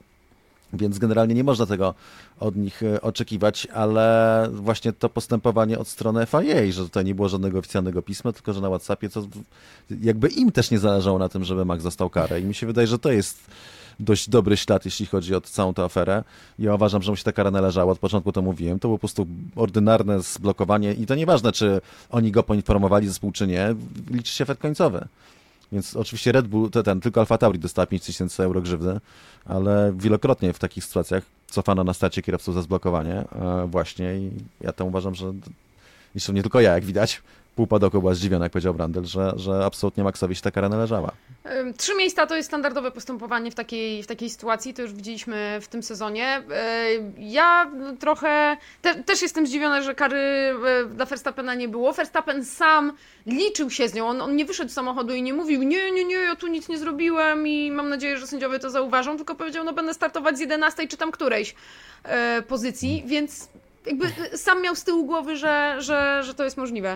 Więc generalnie nie można tego od nich e, oczekiwać, ale właśnie to postępowanie od strony F I A, że tutaj nie było żadnego oficjalnego pisma, tylko że na WhatsAppie, co jakby im też nie zależało na tym, żeby Max dostał karę. I mi się wydaje, że to jest dość dobry ślad, jeśli chodzi o całą tę aferę. Ja uważam, że mu się ta kara należała. Od początku to mówiłem. To było po prostu ordynarne zblokowanie i to nieważne, czy oni go poinformowali zespół, czy nie. Liczy się efekt końcowy. Więc oczywiście Red Bull, to ten, tylko Alfa Tauri dostała pięć tysięcy euro grzywny, ale wielokrotnie w takich sytuacjach cofano na starcie kierowców za zblokowanie e, właśnie i ja to uważam, że zresztą nie tylko ja, jak widać, pół padoku była zdziwiona, jak powiedział Brundle, że, że absolutnie Maxowi się ta kara należała. Ym, Trzy miejsca to jest standardowe postępowanie w takiej, w takiej sytuacji, to już widzieliśmy w tym sezonie. Yy, Ja trochę te, też jestem zdziwiona, że kary yy, dla Verstappena nie było. Verstappen sam liczył się z nią, on, on nie wyszedł z samochodu i nie mówił nie, nie, nie, ja tu nic nie zrobiłem i mam nadzieję, że sędziowie to zauważą, tylko powiedział, no będę startować z jedenastej czy tam którejś yy, pozycji, więc jakby sam miał z tyłu głowy, że, że, że to jest możliwe.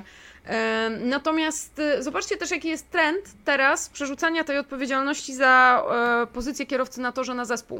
Natomiast zobaczcie też, jaki jest trend teraz przerzucania tej odpowiedzialności za pozycję kierowcy na torze na zespół.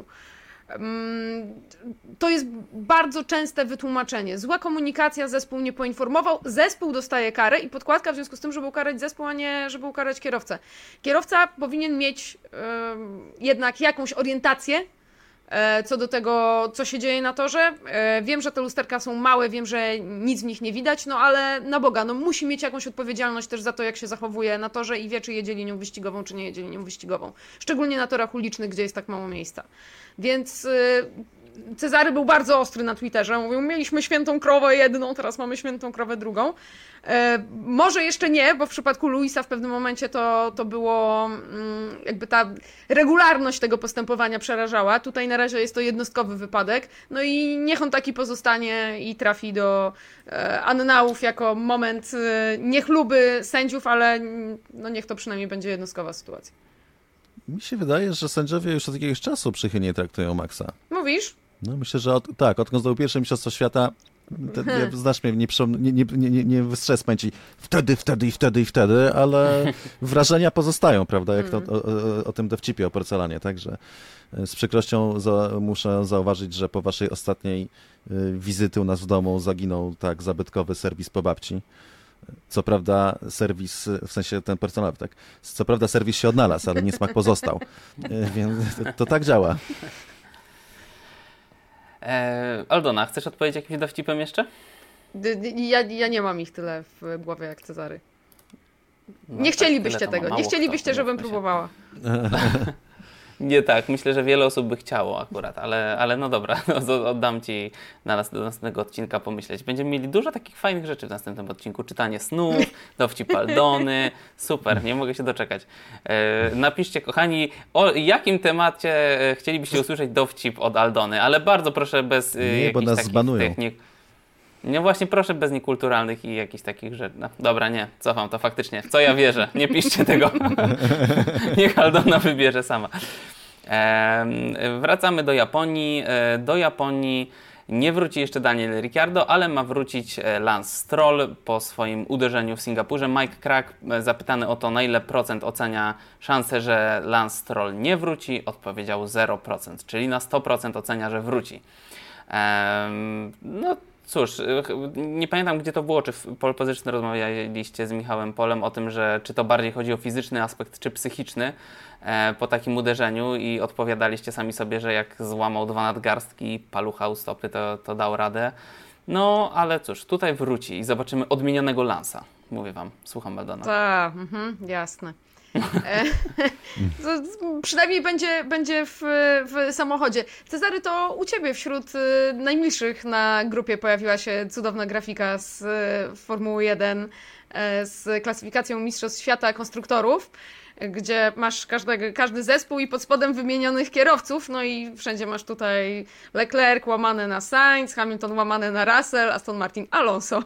To jest bardzo częste wytłumaczenie. Zła komunikacja, zespół nie poinformował, zespół dostaje karę i podkładka w związku z tym, żeby ukarać zespół, a nie żeby ukarać kierowcę. Kierowca powinien mieć jednak jakąś orientację co do tego, co się dzieje na torze. Wiem, że te lusterka są małe, wiem, że nic w nich nie widać, no ale na Boga, no musi mieć jakąś odpowiedzialność też za to, jak się zachowuje na torze i wie, czy jedzie linią wyścigową, czy nie jedzie linią wyścigową. Szczególnie na torach ulicznych, gdzie jest tak mało miejsca. Więc Cezary był bardzo ostry na Twitterze. Mówił, mieliśmy świętą krowę jedną, teraz mamy świętą krowę drugą. E, może jeszcze nie, bo w przypadku Luisa w pewnym momencie to, to było mm, jakby ta regularność tego postępowania przerażała. Tutaj na razie jest to jednostkowy wypadek. No i niech on taki pozostanie i trafi do e, annałów jako moment e, niechluby sędziów, ale no niech to przynajmniej będzie jednostkowa sytuacja. Mi się wydaje, że sędziowie już od jakiegoś czasu przychylnie traktują Maxa. Mówisz? No myślę, że od, tak, odkąd zdobył pierwsze mistrzostwo świata, te, nie, znasz mnie, nie, nie, nie, nie, nie wystrzec pęci wtedy, wtedy i wtedy i wtedy, ale wrażenia pozostają, prawda, jak to o, o, o tym dowcipie o porcelanie, także z przykrością za, muszę zauważyć, że po waszej ostatniej wizyty u nas w domu zaginął tak zabytkowy serwis po babci. Co prawda serwis, w sensie ten personalowy, tak, co prawda serwis się odnalazł, ale niesmak pozostał, więc to, to tak działa. E, Aldona, chcesz odpowiedzieć jakimś dowcipem jeszcze? Ja, ja nie mam ich tyle w głowie jak Cezary. No, nie tak, chcielibyście tego, nie chcielibyście, kto, żebym próbowała. Nie tak, myślę, że wiele osób by chciało akurat, ale, ale no dobra, no, oddam Ci na nas, do następnego odcinka pomyśleć. Będziemy mieli dużo takich fajnych rzeczy w następnym odcinku. Czytanie snów, dowcip Aldony, super, nie mogę się doczekać. E, napiszcie, kochani, o jakim temacie chcielibyście usłyszeć dowcip od Aldony, ale bardzo proszę bez nie, jakichś bo nas takich zbanują. technik. Nie, właśnie proszę bez niekulturalnych i jakichś takich rzeczy. No, dobra, nie, cofam to faktycznie. W co ja wierzę? Nie piszcie tego. Niech Aldona wybierze sama. E, wracamy do Japonii. E, do Japonii nie wróci jeszcze Daniel Ricciardo, ale ma wrócić Lance Stroll po swoim uderzeniu w Singapurze. Mike Krack, zapytany o to, na ile procent ocenia szansę, że Lance Stroll nie wróci, odpowiedział zero procent, czyli na sto procent ocenia, że wróci. E, no Cóż, nie pamiętam, gdzie to było, czy w Pole Position rozmawialiście z Michałem Polem o tym, że czy to bardziej chodzi o fizyczny aspekt, czy psychiczny e, po takim uderzeniu i odpowiadaliście sami sobie, że jak złamał dwa nadgarstki i palucha u stopy, to, to dał radę. No, ale cóż, tutaj wróci i zobaczymy odmienionego Lansa. Mówię wam, słucham Aldona. Tak, mhm, jasne. Przynajmniej będzie, będzie w, w samochodzie. Cezary, to u Ciebie wśród najmilszych na grupie pojawiła się cudowna grafika z Formuły jeden, z klasyfikacją Mistrzostw Świata konstruktorów, gdzie masz każdy, każdy zespół i pod spodem wymienionych kierowców, no i wszędzie masz tutaj Leclerc łamane na Sainz, Hamilton łamane na Russell, Aston Martin Alonso.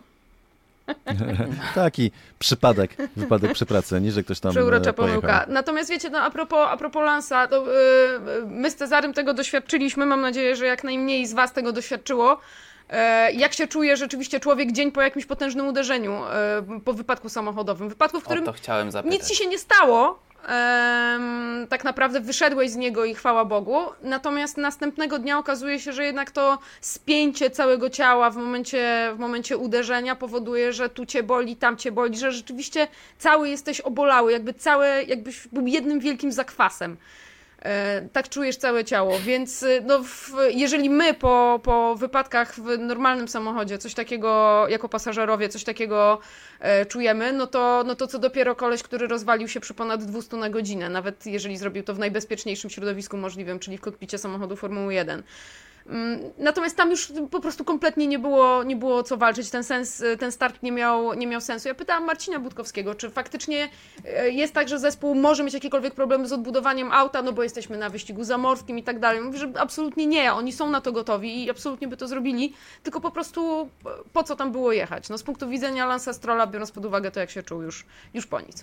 Taki przypadek, wypadek przy pracy, nie że ktoś tam Przeurocza pojechał. pomyłka. Natomiast wiecie, no a propos, a propos Lansa, to yy, my z Cezarym tego doświadczyliśmy, mam nadzieję, że jak najmniej z Was tego doświadczyło. Yy, jak się czuje rzeczywiście człowiek dzień po jakimś potężnym uderzeniu, yy, po wypadku samochodowym, wypadku, w którym o to chciałem zapytać. nic Ci się nie stało, Um, tak naprawdę wyszedłeś z niego i chwała Bogu, natomiast następnego dnia okazuje się, że jednak to spięcie całego ciała w momencie, w momencie uderzenia powoduje, że tu Cię boli, tam Cię boli, że rzeczywiście cały jesteś obolały, jakby całe, jakbyś był jednym wielkim zakwasem. E, tak czujesz całe ciało, więc no, w, jeżeli my po, po wypadkach w normalnym samochodzie coś takiego, jako pasażerowie, coś takiego e, czujemy, no to, no to co dopiero koleś, który rozwalił się przy ponad dwieście na godzinę, nawet jeżeli zrobił to w najbezpieczniejszym środowisku możliwym, czyli w kokpicie samochodu Formuły jeden. Natomiast tam już po prostu kompletnie nie było, nie było co walczyć, ten, sens, ten start nie miał, nie miał sensu. Ja pytałam Marcina Budkowskiego, czy faktycznie jest tak, że zespół może mieć jakiekolwiek problemy z odbudowaniem auta, no bo jesteśmy na wyścigu zamorskim i tak dalej. Mówi, że absolutnie nie, oni są na to gotowi i absolutnie by to zrobili, tylko po prostu po co tam było jechać? No z punktu widzenia Lance'a Strolla, biorąc pod uwagę to, jak się czuł, już, już po nic.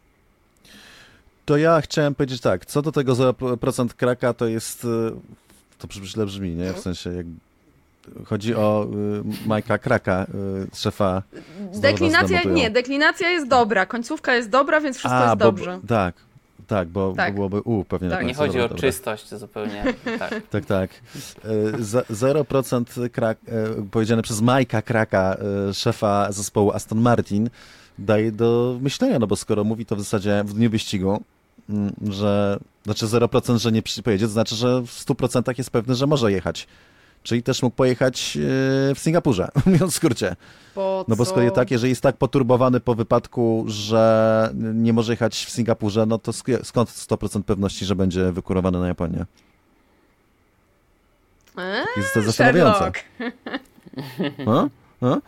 To ja chciałem powiedzieć tak, co do tego zero procent Kraka, to jest... To źle brzmi, nie? W sensie, jak chodzi o y, Majka Kraka, y, szefa... Deklinacja, nie, deklinacja jest dobra, końcówka jest dobra, więc wszystko A, jest bo, dobrze. Tak, tak, bo, tak. bo byłoby U pewnie. Tak, nie chodzi dobra, o dobra. czystość zupełnie. Tak, tak. tak. Y, zero procent Krak, y, powiedziane przez Majka Kraka, y, szefa zespołu Aston Martin, daje do myślenia, no bo skoro mówi to w zasadzie w dniu wyścigu, że znaczy zero procent, że nie pojedzie, to znaczy, że w stu procentach jest pewny, że może jechać. Czyli też mógł pojechać w Singapurze, mówiąc w skrócie. Po No bo co? z kolei tak, jeżeli jest tak poturbowany po wypadku, że nie może jechać w Singapurze, no to skąd sto procent pewności, że będzie wykurowany na Japonię? Eee, Jest to zastanawiające. Sherlock. No? No?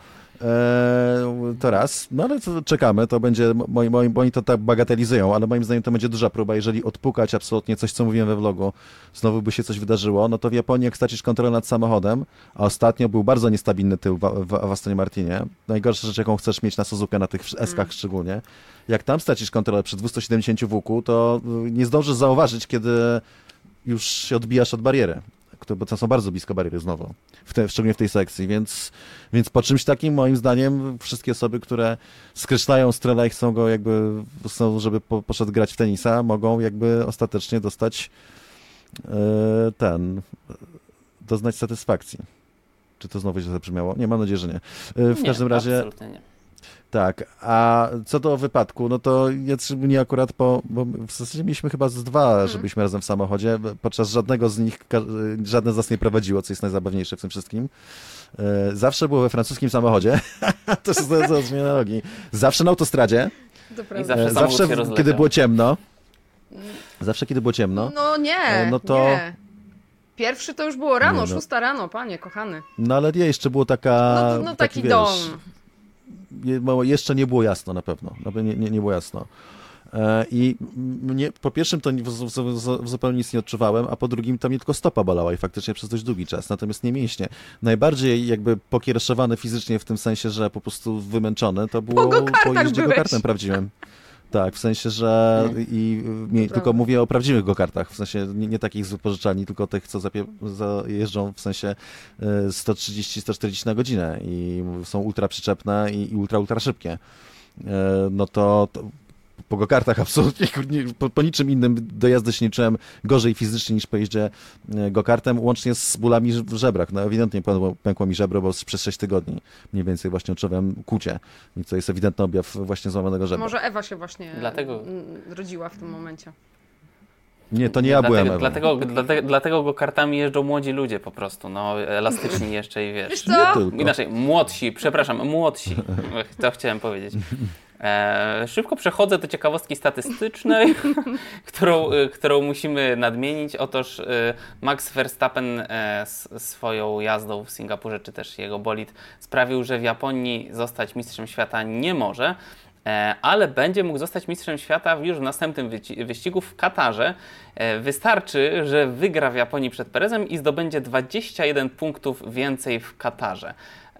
Eee, to raz, no ale to czekamy, to będzie, moi, moi, oni to tak bagatelizują, ale moim zdaniem to będzie duża próba, jeżeli odpukać absolutnie coś, co mówiłem we vlogu, znowu by się coś wydarzyło, no to w Japonii jak stracisz kontrolę nad samochodem, a ostatnio był bardzo niestabilny tył w, w, w Astonie Martinie, najgorsza rzecz, jaką chcesz mieć na Suzuka, na tych eskach mm. szczególnie, jak tam stracisz kontrolę przy dwieście siedemdziesiąt wółku, to nie zdążysz zauważyć, kiedy już się odbijasz od bariery. Bo to są bardzo blisko bariery znowu, w te, szczególnie w tej sekcji, więc, więc po czymś takim moim zdaniem wszystkie osoby, które skreślają Strolla i chcą go jakby, chcą, żeby po, poszedł grać w tenisa, mogą jakby ostatecznie dostać yy, ten, doznać satysfakcji. Czy to znowu źle zabrzmiało? Nie, mam nadzieję, że nie. Yy, w nie, każdym razie... absolutnie nie. Tak, a co do wypadku, no to ja mnie akurat po, bo w zasadzie mieliśmy chyba z dwa, hmm. żebyśmy razem w samochodzie, podczas żadnego z nich, żadne z nas nie prowadziło, co jest najzabawniejsze w tym wszystkim. Zawsze było we francuskim samochodzie, to jest to zmiana logii. Zawsze na autostradzie, i zawsze, zawsze kiedy było ciemno, zawsze kiedy było ciemno. No nie, no to... nie. Pierwszy to już było rano, nie, no. szósta rano, panie kochany. No ale nie, jeszcze było taka... No, no taki, taki dom. Wiesz, jeszcze nie było jasno na pewno, nie, nie, nie było jasno. I mnie, po pierwszym to w, w, w, zupełnie nic nie odczuwałem, a po drugim to mnie tylko stopa bolała i faktycznie przez dość długi czas, natomiast nie mięśnie. Najbardziej jakby pokiereszowany fizycznie w tym sensie, że po prostu wymęczony, to było po, po jeździe go-kartem prawdziwym. Tak, w sensie, że i nie, tylko mówię o prawdziwych go-kartach, w sensie nie, nie takich z wypożyczalni, tylko tych, co zapie, za, jeżdżą w sensie sto trzydzieści do stu czterdziestu na godzinę i są ultra przyczepne i, i ultra, ultra szybkie. No to, to po go-kartach absolutnie, po, po niczym innym do jazdy się nie czułem gorzej fizycznie niż po jeździe go-kartem, łącznie z bólami w żebrach. No ewidentnie pękło mi żebro, bo przez sześć tygodni mniej więcej właśnie odczuwałem kucie. I to jest ewidentny objaw właśnie złamanego żebra. Może Ewa się właśnie dlatego... rodziła w tym momencie. Nie, to nie ja byłem Ewą. Dlatego, dlatego, dlatego go kartami jeżdżą młodzi ludzie po prostu, no elastyczni jeszcze i wiesz. Wiesz co? Inaczej, młodsi, przepraszam, młodsi, to chciałem powiedzieć. E, szybko przechodzę do ciekawostki statystycznej, którą, którą musimy nadmienić. Otóż e, Max Verstappen e, swoją jazdą w Singapurze, czy też jego bolid, sprawił, że w Japonii zostać mistrzem świata nie może, e, ale będzie mógł zostać mistrzem świata już w następnym wyścigu w Katarze. E, wystarczy, że wygra w Japonii przed Perezem i zdobędzie dwadzieścia jeden punktów więcej w Katarze.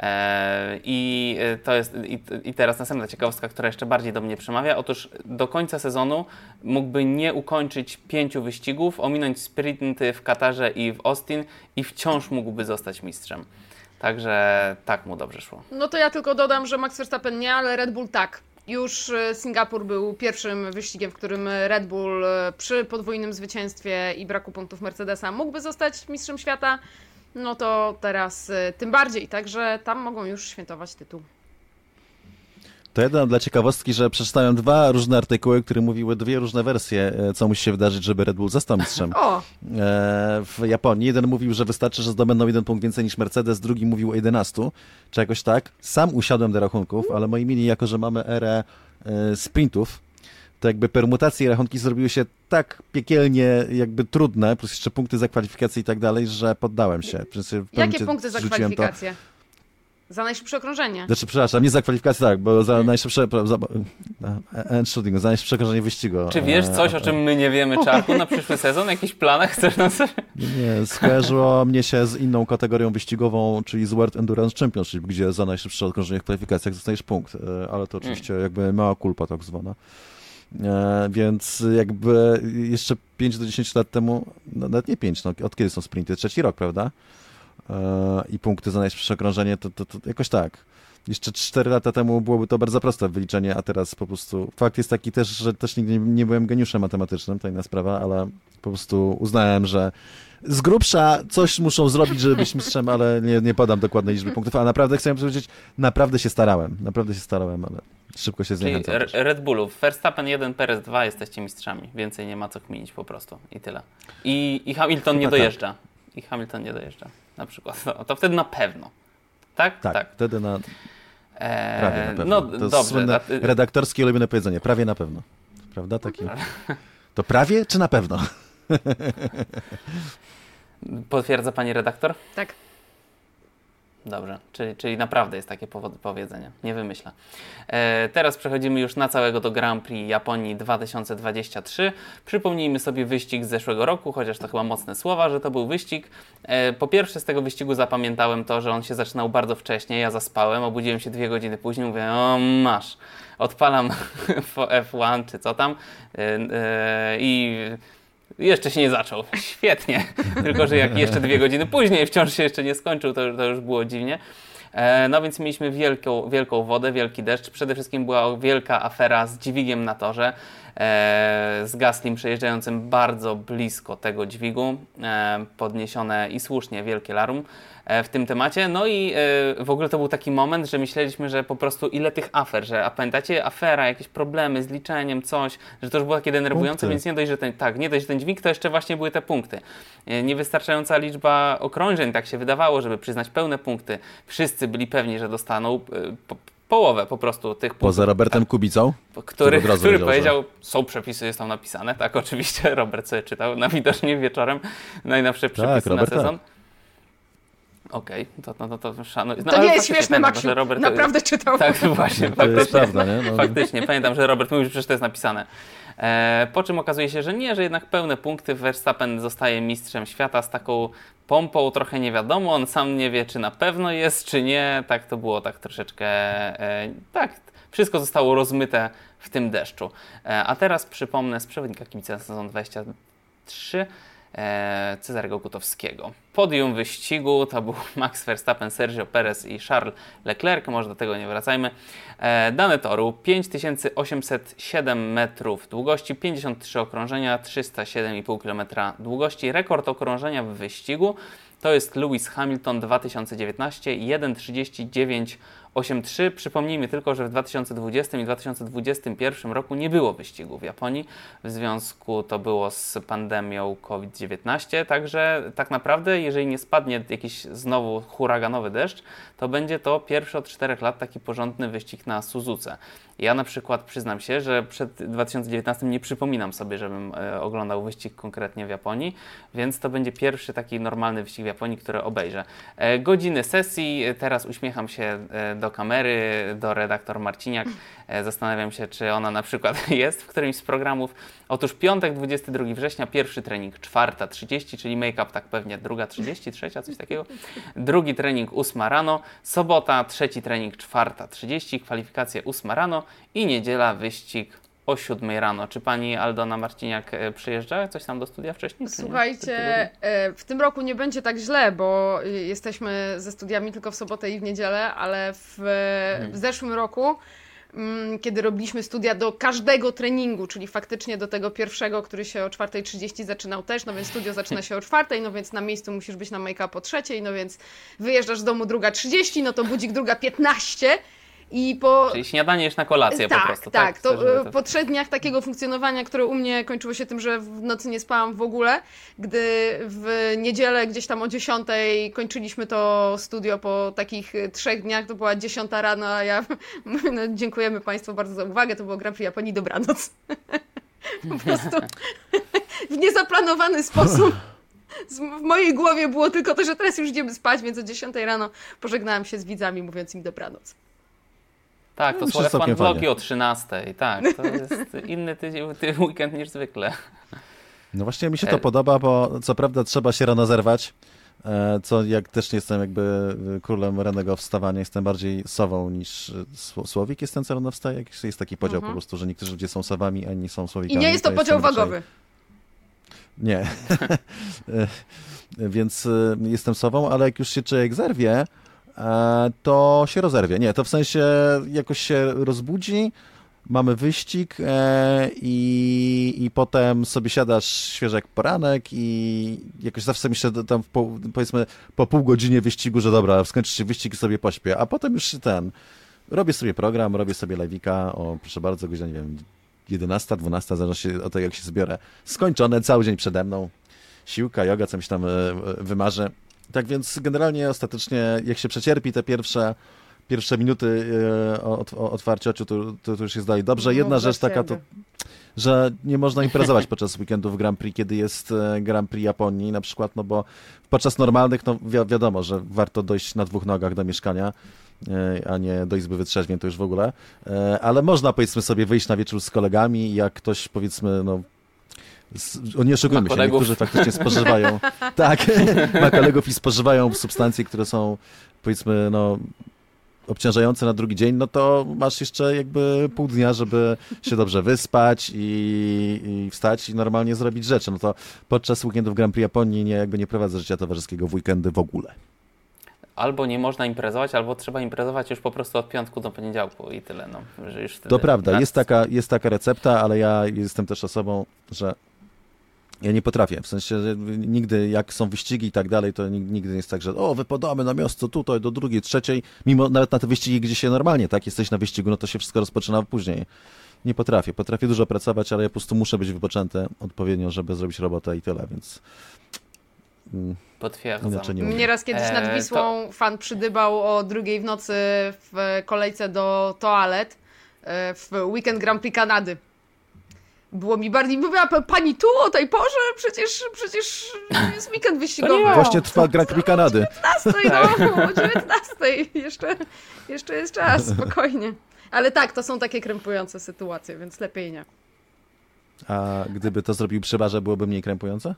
I to jest i, i teraz następna ciekawostka, która jeszcze bardziej do mnie przemawia. Otóż do końca sezonu mógłby nie ukończyć pięciu wyścigów, ominąć sprinty w Katarze i w Austin i wciąż mógłby zostać mistrzem. Także tak mu dobrze szło. No to ja tylko dodam, że Max Verstappen nie, ale Red Bull tak. Już Singapur był pierwszym wyścigiem, w którym Red Bull przy podwójnym zwycięstwie i braku punktów Mercedesa mógłby zostać mistrzem świata. No to teraz y, tym bardziej, także tam mogą już świętować tytuł. To jeden dla ciekawostki, że przeczytałem dwa różne artykuły, które mówiły dwie różne wersje, co musi się wydarzyć, żeby Red Bull został mistrzem. O. E, w Japonii jeden mówił, że wystarczy, że zdobędą jeden punkt więcej niż Mercedes, drugi mówił o jedenastu, czy jakoś tak. Sam usiadłem do rachunków, ale moi mili, jako że mamy erę e, sprintów, to jakby permutacje i rachunki zrobiły się tak piekielnie jakby trudne, plus jeszcze punkty za kwalifikacje i tak dalej, że poddałem się. Jakie punkty za kwalifikacje? To... Za najszybsze okrążenie. Znaczy, przepraszam, nie za kwalifikację, tak, bo za najszybsze, za, za, za najszybsze okrążenie wyścigu. Czy wiesz coś, o czym my nie wiemy, Czarku, na przyszły sezon? Jakiś planach chcesz nas... Nie, skojarzyło mnie się z inną kategorią wyścigową, czyli z World Endurance Championship, gdzie za najszybsze okrążenie w kwalifikacjach dostajesz punkt, ale to oczywiście jakby mała kulpa tak zwana. E, więc jakby jeszcze pięć do dziesięciu lat temu, no nawet nie pięć, no, od kiedy są sprinty? Trzeci rok, prawda? E, I punkty za najszybsze okrążenie, to, to, to jakoś tak. jeszcze cztery lata temu byłoby to bardzo proste wyliczenie, a teraz po prostu fakt jest taki też, że też nigdy nie, nie byłem geniuszem matematycznym, to inna sprawa, ale po prostu uznałem, że z grubsza coś muszą zrobić, żeby być mistrzem, ale nie, nie podam dokładnej liczby punktów, a naprawdę chcę powiedzieć, naprawdę się starałem, naprawdę się starałem, ale szybko się Czyli zniechęcam. R- Red Bullów, Verstappen jeden, Perez dwa, jesteście mistrzami. Więcej nie ma co kminić po prostu i tyle. I, i Hamilton nie Chyba dojeżdża. I Hamilton nie dojeżdża na przykład. To, to wtedy na pewno. Tak? Tak, wtedy na... Eee, Prawie na pewno. No To jest dobrze. słynne a ty- redaktorskie ulubione powiedzenie, prawie na pewno. Prawda? Taki... To prawie czy na pewno? Potwierdza pani redaktor? Tak. Dobrze, czyli, czyli naprawdę jest takie powo- powiedzenie, nie wymyślę. E, teraz przechodzimy już na całego do Grand Prix Japonii dwa tysiące dwudziestego trzeciego. Przypomnijmy sobie wyścig z zeszłego roku, chociaż to chyba mocne słowa, że to był wyścig. E, po pierwsze z tego wyścigu zapamiętałem to, że on się zaczynał bardzo wcześnie, ja zaspałem, obudziłem się dwie godziny później, mówię, o masz, odpalam F jeden czy co tam e, e, i... Jeszcze się nie zaczął. Świetnie. Tylko, że jak jeszcze dwie godziny później wciąż się jeszcze nie skończył, to, to już było dziwnie. E, no więc mieliśmy wielką, wielką wodę, wielki deszcz. Przede wszystkim była wielka afera z dźwigiem na torze. E, z Gaslym przejeżdżającym bardzo blisko tego dźwigu. E, podniesione i słusznie wielkie larum e, w tym temacie. No i e, w ogóle to był taki moment, że myśleliśmy, że po prostu ile tych afer, że a pamiętacie, afera, jakieś problemy z liczeniem, coś, że to już było takie denerwujące, Punkty. więc nie dość, że ten, tak, nie dość, że ten dźwig, to jeszcze właśnie były te punkty. E, niewystarczająca liczba okrążeń, tak się wydawało, żeby przyznać pełne punkty. Wszyscy byli pewni, że dostaną e, po, połowę po prostu tych punktów. Poza Robertem Kubicą? Który, od razu który wiedział, powiedział, są przepisy, jest tam napisane, tak, oczywiście, Robert sobie czytał, na widocznie wieczorem najnowsze przepisy Robert, na sezon. Okej, okay, to, no, to, to szanuj. No, To ale nie jest faktycznie śmieszne, pamiętam, Maksiu. że Robert, Naprawdę czytał. Tak, właśnie, To jest faktycznie, prawda, nie? No. faktycznie, pamiętam, że Robert mówił, że przecież to jest napisane. E, po czym okazuje się, że nie, że jednak pełne punkty, Verstappen zostaje mistrzem świata z taką pompą, trochę nie wiadomo, on sam nie wie, czy na pewno jest, czy nie, tak to było tak troszeczkę, e, tak, wszystko zostało rozmyte w tym deszczu. E, a teraz przypomnę z przewodnika kibica na sezon dwudziesty trzeci, e, Cezarego Gutowskiego. Podium wyścigu to był Max Verstappen, Sergio Perez i Charles Leclerc, może do tego nie wracajmy. E, dane toru pięć tysięcy osiemset siedem metrów długości, pięćdziesiąt trzy okrążenia, trzysta siedem i pół kilometra długości. Rekord okrążenia w wyścigu to jest Lewis Hamilton dwa tysiące dziewiętnaście, jeden trzydzieści dziewięć osiemdziesiąt trzy. Przypomnijmy tylko, że w dwa tysiące dwudziestym i dwa tysiące dwudziestym pierwszym roku nie było wyścigu w Japonii. W związku to było z pandemią COVID dziewiętnaście. Także tak naprawdę, jeżeli nie spadnie jakiś znowu huraganowy deszcz, to będzie to pierwszy od czterech lat taki porządny wyścig na Suzuce. Ja na przykład przyznam się, że przed dwa tysiące dziewiętnastym nie przypominam sobie, żebym e, oglądał wyścig konkretnie w Japonii, więc to będzie pierwszy taki normalny wyścig w Japonii, który obejrzę. E, godziny sesji, teraz uśmiecham się e, do kamery, do redaktor Marciniak. E, zastanawiam się, czy ona na przykład jest w którymś z programów. Otóż piątek, dwudziestego drugiego września, pierwszy trening czwarta trzydzieści, czyli make-up tak pewnie druga trzydzieści, trzecia, coś takiego. Drugi trening ósma rano, sobota, trzeci trening czwarta trzydzieści, kwalifikacje ósma rano i niedziela wyścig o siódmej rano. Czy pani Aldona Marciniak e, przyjeżdża coś tam do studia wcześniej? czy nie? Słuchajcie, e, w tym roku nie będzie tak źle, bo y, jesteśmy ze studiami tylko w sobotę i w niedzielę, ale w, w zeszłym roku, mm, kiedy robiliśmy studia do każdego treningu, czyli faktycznie do tego pierwszego, który się o czwarta trzydzieści zaczynał też, no więc studio zaczyna się o czwartej, no więc na miejscu musisz być na make-up o trzeciej, no więc wyjeżdżasz z domu druga trzydzieści, no to budzik druga piętnaście. I po... Czyli śniadanie jesz na kolację tak, po prostu. Tak, tak? to, Chcesz, to po trzech dniach takiego funkcjonowania, które u mnie kończyło się tym, że w nocy nie spałam w ogóle, gdy w niedzielę gdzieś tam o dziesiątej kończyliśmy to studio po takich trzech dniach, to była dziesiąta rano, a ja no, dziękujemy Państwu bardzo za uwagę, to było Grand Prix Japonii, dobranoc. Po prostu w niezaplanowany sposób. W mojej głowie było tylko to, że teraz już idziemy spać, więc o dziesiątej rano pożegnałam się z widzami, mówiąc im dobranoc. Tak, to Myślę, są że F jeden całkiem vlogi fajnie. o trzynastej. Tak, to jest inny tydzień, ty, weekend niż zwykle. No właśnie mi się E- to podoba, bo co prawda trzeba się rano zerwać, e, co jak też nie jestem jakby królem rannego wstawania, jestem bardziej sową niż e, sł- słowik jestem, co rano wstaje. Jakiś jest taki podział Mhm. po prostu, że niektórzy ludzie są sowami, a inni są I słowikami. nie jest to ja podział jestem raczej- wagowy. Nie. E, Więc e, jestem sową, ale jak już się człowiek zerwie, to się rozerwie. Nie, to w sensie jakoś się rozbudzi, mamy wyścig e, i, i potem sobie siadasz świeży jak poranek i jakoś zawsze myślę tam po, powiedzmy po pół godzinie wyścigu, że dobra, skończy się wyścig i sobie pośpię, a potem już się ten, robię sobie program, robię sobie live'ika, o proszę bardzo, godzina, nie wiem, jedenasta, dwunasta, zależy od tego jak się zbiorę. Skończone, cały dzień przede mną, siłka, joga, co mi się tam e, wymarzy. Tak więc generalnie ostatecznie jak się przecierpi te pierwsze Pierwsze minuty e, od, otwarcia oczu, to, to, to już jest dalej dobrze. Jedna Mów za rzecz taka, to, że nie można imprezować podczas weekendów Grand Prix, kiedy jest Grand Prix Japonii na przykład, no bo podczas normalnych, no wi wiadomo, że warto dojść na dwóch nogach do mieszkania, e, a nie do izby wytrzeźwień, to już w ogóle. E, ale można, powiedzmy sobie, wyjść na wieczór z kolegami i jak ktoś, powiedzmy, no nie oszukujmy się, niektórzy faktycznie spożywają tak, ma kolegów i spożywają substancje, które są, powiedzmy, no obciążające na drugi dzień, no to masz jeszcze jakby pół dnia, żeby się dobrze wyspać i, i wstać i normalnie zrobić rzeczy. No to podczas weekendów Grand Prix Japonii nie, jakby nie prowadzę życia towarzyskiego w weekendy w ogóle. Albo nie można imprezować, albo trzeba imprezować już po prostu od piątku do poniedziałku i tyle. No, że już to prawda, jest taka, jest taka recepta, ale ja jestem też osobą, że ja nie potrafię, w sensie, że nigdy jak są wyścigi i tak dalej, to nigdy nie jest tak, że o, wypadamy na miasto tutaj do drugiej, trzeciej, mimo nawet na te wyścigi, gdzie się normalnie, tak, jesteś na wyścigu, no to się wszystko rozpoczyna później. Nie potrafię, potrafię dużo pracować, ale ja po prostu muszę być wypoczęty odpowiednio, żeby zrobić robotę i tyle, więc mm, potwierdzam. Inaczej nie umiem. Nieraz kiedyś nad Eee, Wisłą to... fan przydybał o drugiej w nocy w kolejce do toalet w weekend Grand Prix Kanady. Było mi bardziej, mówiła pani tu o tej porze? Przecież, przecież jest weekend wyścigowy. nie, Właśnie trwa Grand Prix Kanady. O dziewiętnastej, no, o dziewiętnastej. Jeszcze, jeszcze jest czas, spokojnie. Ale tak, to są takie krępujące sytuacje, więc lepiej nie. A gdyby to zrobił przy barze, byłoby mniej krępujące?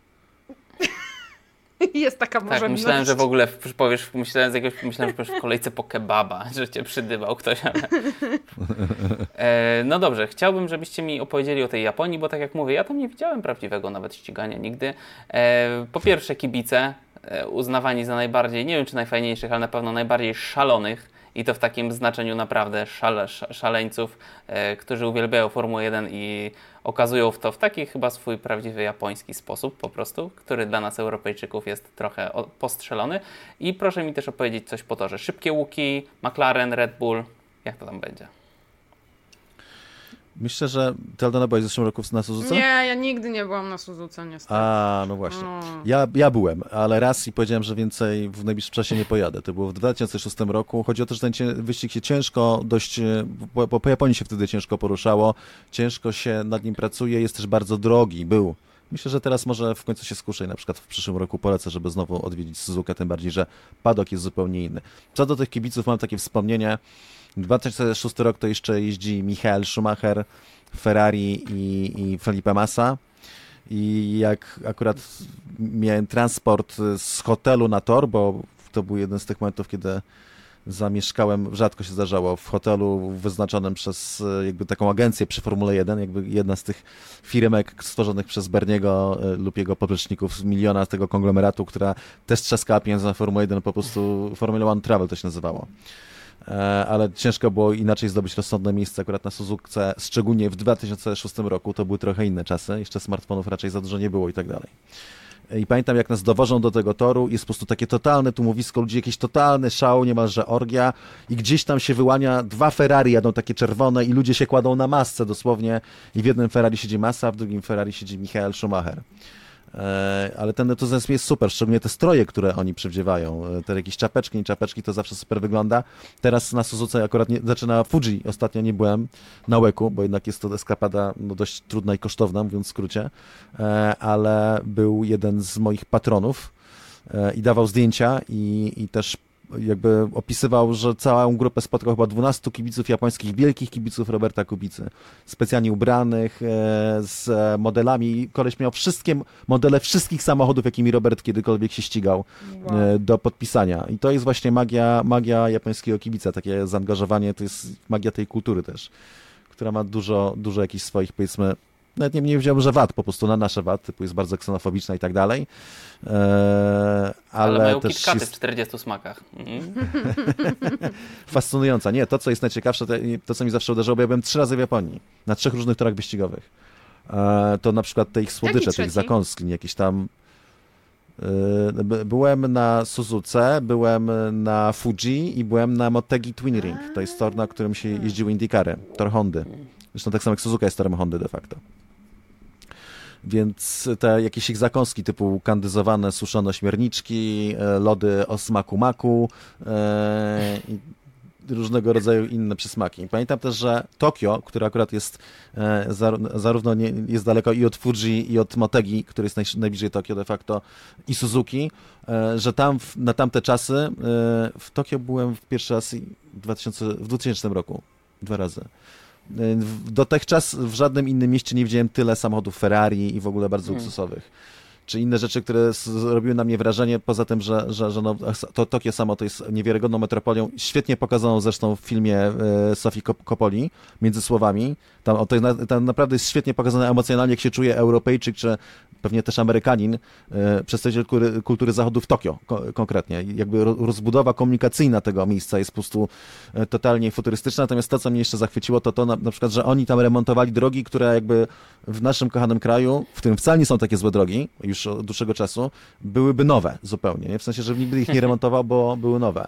Jest taka tak, możliwość. myślałem, że w ogóle powiesz, myślałem, że jakiegoś, myślałem, że powiesz w kolejce po kebaba, że cię przydybał ktoś, ale... E, no dobrze, chciałbym, żebyście mi opowiedzieli o tej Japonii, bo tak jak mówię, ja tam nie widziałem prawdziwego nawet ścigania nigdy. E, po pierwsze kibice, e, uznawani za najbardziej, nie wiem czy najfajniejszych, ale na pewno najbardziej szalonych, i to w takim znaczeniu naprawdę szale, szaleńców, e, którzy uwielbiają Formułę jeden i okazują w to w taki chyba swój prawdziwy japoński sposób po prostu, który dla nas Europejczyków jest trochę postrzelony. I proszę mi też opowiedzieć coś po torze. Szybkie łuki, McLaren, Red Bull, jak to tam będzie? Myślę, że ty, Aldona, byłaś w zeszłym roku na Suzuce? Nie, ja nigdy nie byłam na Suzuce, niestety. A, no właśnie. No. Ja, ja byłem, ale raz i powiedziałem, że więcej w najbliższym czasie nie pojadę. To było w dwa tysiące szóstym roku. Chodzi o to, że ten cie- wyścig się ciężko dość, bo, bo po Japonii się wtedy ciężko poruszało, ciężko się nad nim pracuje, jest też bardzo drogi, był. Myślę, że teraz może w końcu się skuszę i na przykład w przyszłym roku polecę, żeby znowu odwiedzić Suzukę, tym bardziej, że paddock jest zupełnie inny. Co do tych kibiców, mam takie wspomnienie. dwa tysiące szósty rok to jeszcze jeździ Michael Schumacher, Ferrari i, i Felipe Massa. I jak akurat miałem transport z hotelu na tor, bo to był jeden z tych momentów, kiedy zamieszkałem, rzadko się zdarzało, w hotelu wyznaczonym przez jakby taką agencję przy Formule jeden, jakby jedna z tych firmek stworzonych przez Berniego lub jego popleczników z miliona z tego konglomeratu, która też trzaskała pieniądze na Formułę jeden, po prostu Formula One Travel to się nazywało. Ale ciężko było inaczej zdobyć rozsądne miejsce akurat na Suzuce, szczególnie w dwa tysiące szóstym roku, to były trochę inne czasy, jeszcze smartfonów raczej za dużo nie było i tak dalej. I pamiętam, jak nas dowożą do tego toru, jest po prostu takie totalne tłumowisko ludzi, jakiś totalny szał, niemalże orgia i gdzieś tam się wyłania dwa Ferrari, jadą takie czerwone i ludzie się kładą na masce dosłownie i w jednym Ferrari siedzi Massa, w drugim Ferrari siedzi Michael Schumacher. Ale ten entuzjazm jest super, szczególnie te stroje, które oni przywdziewają, te jakieś czapeczki, nie czapeczki, to zawsze super wygląda. Teraz na Suzuce akurat nie, zaczyna Fuji, ostatnio nie byłem na łeku, bo jednak jest to eskapada no, dość trudna i kosztowna, mówiąc w skrócie, ale był jeden z moich patronów i dawał zdjęcia i, i też jakby opisywał, że całą grupę spotkał chyba dwunastu kibiców japońskich, wielkich kibiców Roberta Kubicy, specjalnie ubranych, e, z modelami. Koleś miał wszystkie modele wszystkich samochodów, jakimi Robert kiedykolwiek się ścigał, Wow. e, do podpisania. I to jest właśnie magia, magia japońskiego kibica, takie zaangażowanie, to jest magia tej kultury też, która ma dużo, dużo jakichś swoich, powiedzmy, nawet nie, nie wiedziałem, że V A T, po prostu na nasze V A T, typu jest bardzo ksenofobiczna i tak dalej. E, ale, Ale mają też KitKaty jest w czterdziestu smakach. Mhm. fascynująca. Nie, to co jest najciekawsze, to, to co mi zawsze uderzyło, bo ja byłem trzy razy w Japonii, na trzech różnych torach wyścigowych. E, to na przykład te ich słodycze, te trzeci? ich zakąski, jakieś tam. e, by- Byłem na Suzuce, byłem na Fuji i byłem na Motegi Twin Ring. To jest tor, na którym się jeździły Indykary, tor Hondy. Zresztą tak samo jak Suzuka jest torem Hondy de facto. Więc te jakieś ich zakąski typu kandyzowane suszone śmierniczki, e, lody o smaku maku e, i różnego rodzaju inne przysmaki. Pamiętam też, że Tokio, które akurat jest e, zar- zarówno nie, jest daleko i od Fuji, i od Motegi, który jest naj, najbliżej Tokio de facto, i Suzuki, e, że tam w, na tamte czasy e, w Tokio byłem w pierwszy raz w, dwa tysiące, w dwutysięcznym roku, dwa razy. W- Dotychczas w żadnym innym mieście nie widziałem tyle samochodów Ferrari i w ogóle bardzo Hmm. luksusowych. Czy inne rzeczy, które s- zrobiły na mnie wrażenie, poza tym, że, że, że no, to Tokio samo to jest niewiarygodną metropolią, świetnie pokazaną zresztą w filmie e, Sofii Kop- Coppoli, Między słowami. Tam, o, to jest na, tam naprawdę jest świetnie pokazane emocjonalnie, jak się czuje Europejczyk, czy pewnie też Amerykanin, e, przedstawiciel kultury, kultury zachodu w Tokio ko- konkretnie. I jakby ro- rozbudowa komunikacyjna tego miejsca jest po prostu e, totalnie futurystyczna. Natomiast to, co mnie jeszcze zachwyciło, to to na, na przykład, że oni tam remontowali drogi, które jakby w naszym kochanym kraju, w którym wcale nie są takie złe drogi, już od dłuższego czasu, byłyby nowe zupełnie. Nie? W sensie, że nigdy ich nie remontował, bo były nowe.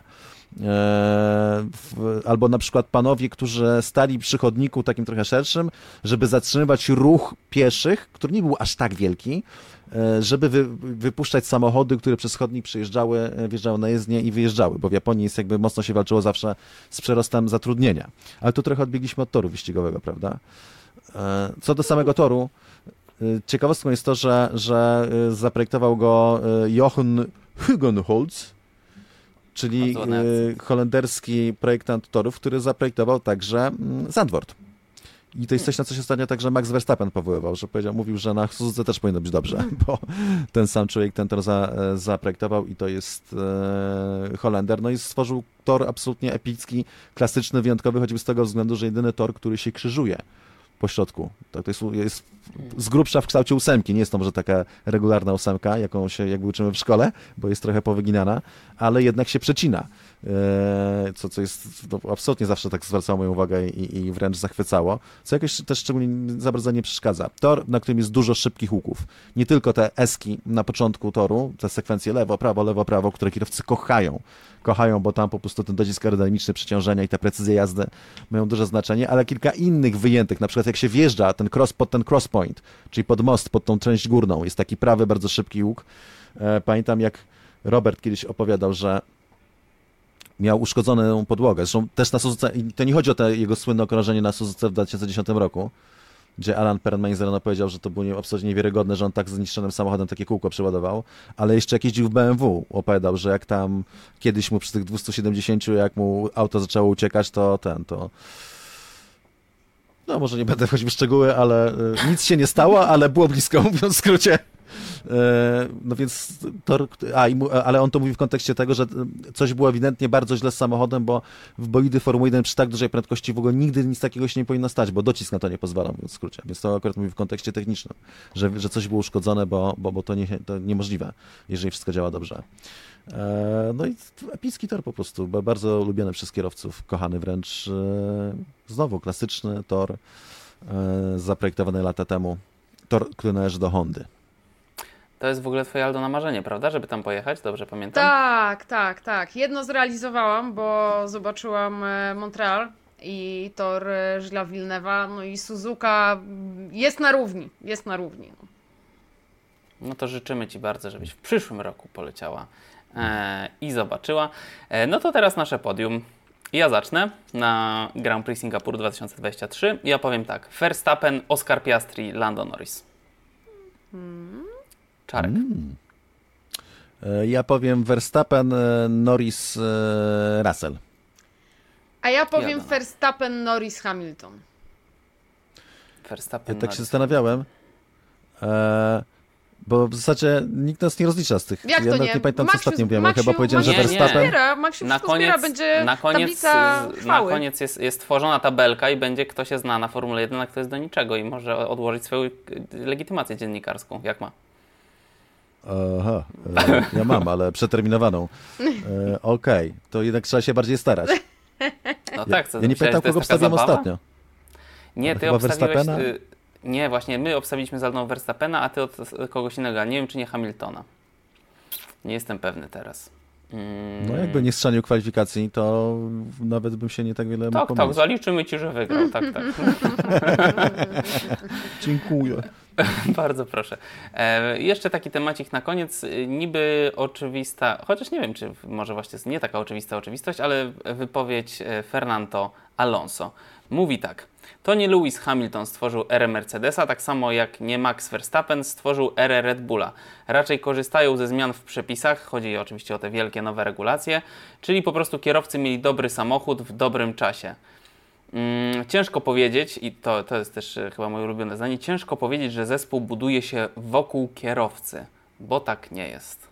Eee, w, albo na przykład panowie, którzy stali przy chodniku takim trochę szerszym, żeby zatrzymywać ruch pieszych, który nie był aż tak wielki, e, żeby wy, wypuszczać samochody, które przez chodnik przejeżdżały, e, wjeżdżały na jezdnię i wyjeżdżały, bo w Japonii jest jakby mocno się walczyło zawsze z przerostem zatrudnienia. Ale tu trochę odbiegliśmy od toru wyścigowego, prawda? E, co do samego toru, e, ciekawostką jest to, że, że e, zaprojektował go e, Jochen Hugenholz, czyli Bardzo ładny e, akcent. holenderski projektant torów, który zaprojektował także mm, Zandvoort. I to jest coś, na co się ostatnio także Max Verstappen powoływał, że powiedział, mówił, że na Suzuce też powinno być dobrze, bo ten sam człowiek ten tor za, e, zaprojektował i to jest e, Holender. No i stworzył tor absolutnie epicki, klasyczny, wyjątkowy, choćby z tego względu, że jedyny tor, który się krzyżuje po środku. Tak, to jest, jest z grubsza w kształcie ósemki. Nie jest to może taka regularna ósemka, jaką się jakby uczymy w szkole, bo jest trochę powyginana, ale jednak się przecina. E, Co, co jest no, absolutnie zawsze tak zwracało moją uwagę i, i wręcz zachwycało, co jakoś też szczególnie za bardzo nie przeszkadza. Tor, na którym jest dużo szybkich łuków. Nie tylko te eski na początku toru, te sekwencje lewo, prawo, lewo, prawo, które kierowcy kochają. Kochają, bo tam po prostu ten docisk aerodynamiczny, przeciążenia i ta precyzja jazdy mają duże znaczenie, ale kilka innych wyjętych, na przykład jak się wjeżdża ten cross, pod ten cross point, czyli pod most, pod tą część górną, jest taki prawy, bardzo szybki łuk. E, Pamiętam, jak Robert kiedyś opowiadał, że miał uszkodzoną podłogę. Zresztą też na Suzuce, i to nie chodzi o te jego słynne okrążenie na Suzuce w dwa tysiące dziesiątym roku, gdzie Alan Perlmeiser no, powiedział, że to było nie- absolutnie niewiarygodne, że on tak zniszczonym samochodem takie kółko przeładował, ale jeszcze jak jeździł w B M W, opowiadał, że jak tam kiedyś mu przy tych dwieście siedemdziesiąt, jak mu auto zaczęło uciekać, to ten, to no może nie będę wchodził w szczegóły, ale y, nic się nie stało, ale było blisko, mówiąc w skrócie. E, No więc tor, a, i mu- ale on to mówi w kontekście tego, że y, coś było ewidentnie bardzo źle z samochodem, bo w bolidy Formuły jeden przy tak dużej prędkości w ogóle nigdy nic takiego się nie powinno stać, bo docisk na to nie pozwala, mówiąc w skrócie. Więc to akurat mówi w kontekście technicznym, że, że coś było uszkodzone, bo, bo, bo to, nie, to niemożliwe, jeżeli wszystko działa dobrze. E, No i epicki tor po prostu, bo bardzo lubiany przez kierowców, kochany wręcz. e, Znowu klasyczny tor, e, zaprojektowany lata temu. Tor, który należy do Hondy. To jest w ogóle twoje Aldo na marzenie, prawda? Żeby tam pojechać, dobrze pamiętam? Tak, tak, tak. Jedno zrealizowałam, bo zobaczyłam e, Montreal i tor e, Gilles Villeneuve'a, no i Suzuka mm, jest na równi, jest na równi. No. No to życzymy Ci bardzo, żebyś w przyszłym roku poleciała e, i zobaczyła. E, no to teraz nasze podium. Ja zacznę na Grand Prix Singapur dwa tysiące dwudziesty trzeci. Ja powiem tak. Verstappen, Oscar Piastri, Lando Norris. Czarek. E, Ja powiem Verstappen, e, Norris, e, Russell. A ja powiem Jadona. Verstappen, Norris, Hamilton. Verstappen, Ja tak się Norris. zastanawiałem. E, Bo w zasadzie nikt nas nie rozlicza z tych. Jak ja to nawet nie? nie pamiętam, co Maksiu- ostatnio mówiłem. Maksiu- Chyba powiedziałem, że Nie, nie. Verstappen. Zbiera, Maksiu Na wszystko zbiera, koniec, będzie na koniec, tablica na chwały. koniec jest, jest tworzona tabelka i będzie kto się zna na Formule jeden, a kto jest do niczego i może odłożyć swoją y, legitymację dziennikarską, jak ma. Aha, e, ja mam, ale przeterminowaną. E, Okej, to jednak trzeba się bardziej starać. No tak, co, Ja nie myślałeś, pamiętam, że to kogo jest taka obstawiam zabawa? ostatnio. Nie, ty Chyba obstawiłeś... Verstappena? Y, nie, właśnie my obstawiliśmy za mną Verstappena, a ty od kogoś innego. Nie wiem, czy nie Hamiltona. Nie jestem pewny teraz. Mm. No jakby nie strzelił kwalifikacji, to nawet bym się nie tak wiele mógł Tak, tak, pomylić. zaliczymy ci, że wygrał. Tak, tak. Dziękuję. Bardzo proszę. E, jeszcze taki temacik na koniec. E, Niby oczywista, chociaż nie wiem, czy może właśnie jest nie taka oczywista oczywistość, ale wypowiedź e, Fernando Alonso. Mówi tak. To nie Lewis Hamilton stworzył erę Mercedesa, tak samo jak nie Max Verstappen stworzył erę Red Bulla. Raczej korzystają ze zmian w przepisach, chodzi oczywiście o te wielkie nowe regulacje, czyli po prostu kierowcy mieli dobry samochód w dobrym czasie. Hmm, ciężko powiedzieć, i to, to jest też e, chyba moje ulubione zdanie, ciężko powiedzieć, że zespół buduje się wokół kierowcy, bo tak nie jest.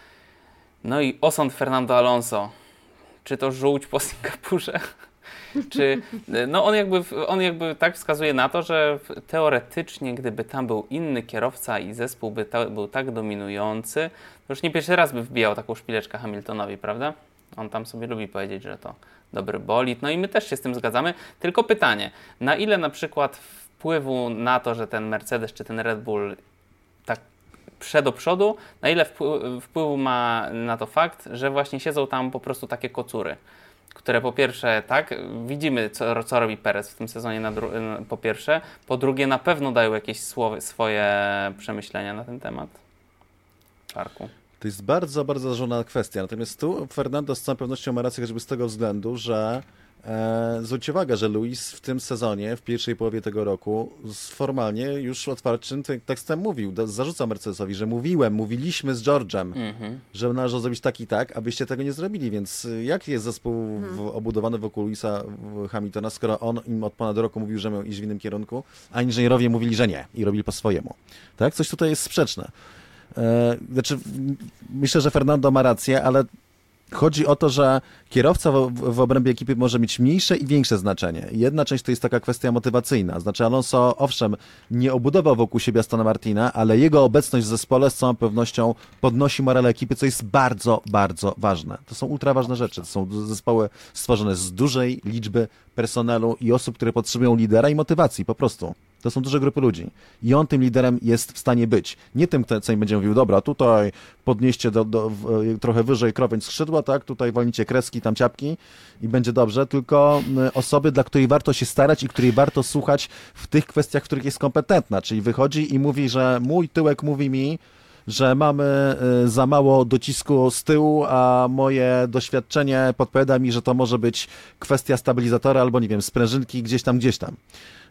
No i osąd Fernando Alonso. Czy to żółć po Singapurze? Czy, no on jakby, on jakby tak wskazuje na to, że teoretycznie gdyby tam był inny kierowca i zespół by ta, był tak dominujący, to już nie pierwszy raz by wbijał taką szpileczkę Hamiltonowi, prawda? On tam sobie lubi powiedzieć, że to dobry bolid, no i my też się z tym zgadzamy, tylko pytanie, na ile na przykład wpływu na to, że ten Mercedes czy ten Red Bull tak prze do przodu, na ile wpływu ma na to fakt, że właśnie siedzą tam po prostu takie kocury, które po pierwsze, tak, widzimy co, co robi Perez w tym sezonie na dru- po pierwsze, po drugie na pewno dają jakieś słowy, swoje przemyślenia na ten temat. Czarku. To jest bardzo, bardzo złożona kwestia. Natomiast tu Fernando z całą pewnością ma rację choćby z tego względu, że e, zwróć uwagę, że Lewis w tym sezonie, w pierwszej połowie tego roku, z formalnie już otwartym tekstem mówił, do, zarzucał Mercedesowi, że mówiłem, mówiliśmy z George'em, mm-hmm. że należy zrobić tak i tak, abyście tego nie zrobili. Więc jak jest zespół w, obudowany wokół Lewisa Hamiltona, skoro on im od ponad roku mówił, że miał iść w innym kierunku, a inżynierowie mówili, że nie i robili po swojemu. Tak? Coś tutaj jest sprzeczne. Znaczy, myślę, że Fernando ma rację, ale chodzi o to, że kierowca w, w obrębie ekipy może mieć mniejsze i większe znaczenie. Jedna część to jest taka kwestia motywacyjna. Znaczy Alonso, owszem, nie obudował wokół siebie Astona Martina, ale jego obecność w zespole z całą pewnością podnosi morale ekipy, co jest bardzo, bardzo ważne. To są ultra ważne rzeczy. To są zespoły stworzone z dużej liczby personelu i osób, które potrzebują lidera i motywacji, po prostu. To są duże grupy ludzi. I on tym liderem jest w stanie być. Nie tym, co im będzie mówił, dobra, tutaj podnieście do, do, w, trochę wyżej krawędź skrzydła, tak, tutaj walnicie kreski, tam ciapki i będzie dobrze, tylko osoby, dla której warto się starać i której warto słuchać w tych kwestiach, w których jest kompetentna. Czyli wychodzi i mówi, że mój tyłek mówi mi, że mamy za mało docisku z tyłu, a moje doświadczenie podpowiada mi, że to może być kwestia stabilizatora albo, nie wiem, sprężynki gdzieś tam, gdzieś tam.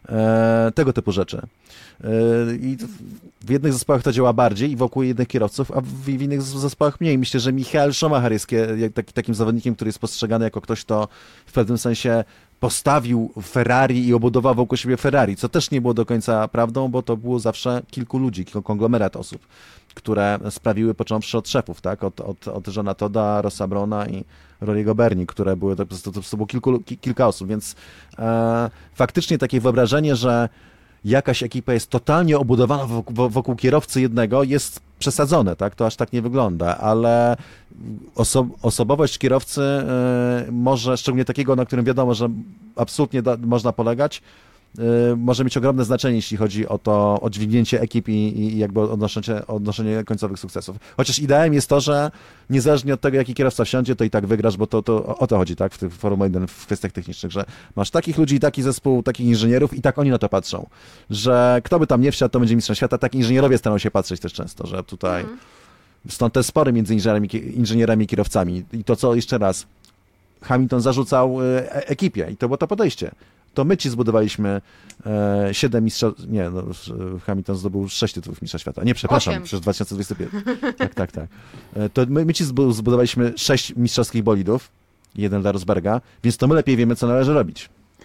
E, tego typu rzeczy. E, I w jednych zespołach to działa bardziej i wokół jednych kierowców, a w, w innych zespołach mniej. Myślę, że Michael Schumacher jest kie, taki, takim zawodnikiem, który jest postrzegany jako ktoś, kto w pewnym sensie postawił Ferrari i obudował wokół siebie Ferrari, co też nie było do końca prawdą, bo to było zawsze kilku ludzi, konglomerat osób, które sprawiły, począwszy od szefów, tak, od, od, od Jeana Todda, Rossa Browna i Rory'ego Bernie, które były, to, to, to, to było kilku, ki, kilka osób, więc e, faktycznie takie wyobrażenie, że jakaś ekipa jest totalnie obudowana wokół, wokół kierowcy jednego, jest przesadzone, tak? To aż tak nie wygląda, ale oso- osobowość kierowcy y, może, szczególnie takiego, na którym wiadomo, że absolutnie da- można polegać, y, może mieć ogromne znaczenie, jeśli chodzi o to, o dźwignięcie ekip i, i jakby odnoszenie, odnoszenie końcowych sukcesów. Chociaż ideałem jest to, że niezależnie od tego, jaki kierowca wsiądzie, to i tak wygrasz, bo to, to o to chodzi, tak, w tych Formuła jeden, w kwestiach technicznych, że masz takich ludzi, taki zespół, takich inżynierów i tak oni na to patrzą, że kto by tam nie wsiadł, to będzie mistrzem świata, tak inżynierowie starają się patrzeć też często, że tutaj mhm. stąd te spory między inżynierami, inżynierami i kierowcami i to, co jeszcze raz Hamilton zarzucał e- ekipie i to było to podejście. To my ci zbudowaliśmy e, siedem mistrzostw, nie, no, Hamilton zdobył sześć tytułów mistrza świata. Nie, przepraszam, Osiem. przez dwa tysiące dwudziesty pierwszy. Tak, tak, tak. E, to my, my ci zbudowaliśmy sześć mistrzowskich bolidów, jeden dla Rosberga, więc to my lepiej wiemy, co należy robić.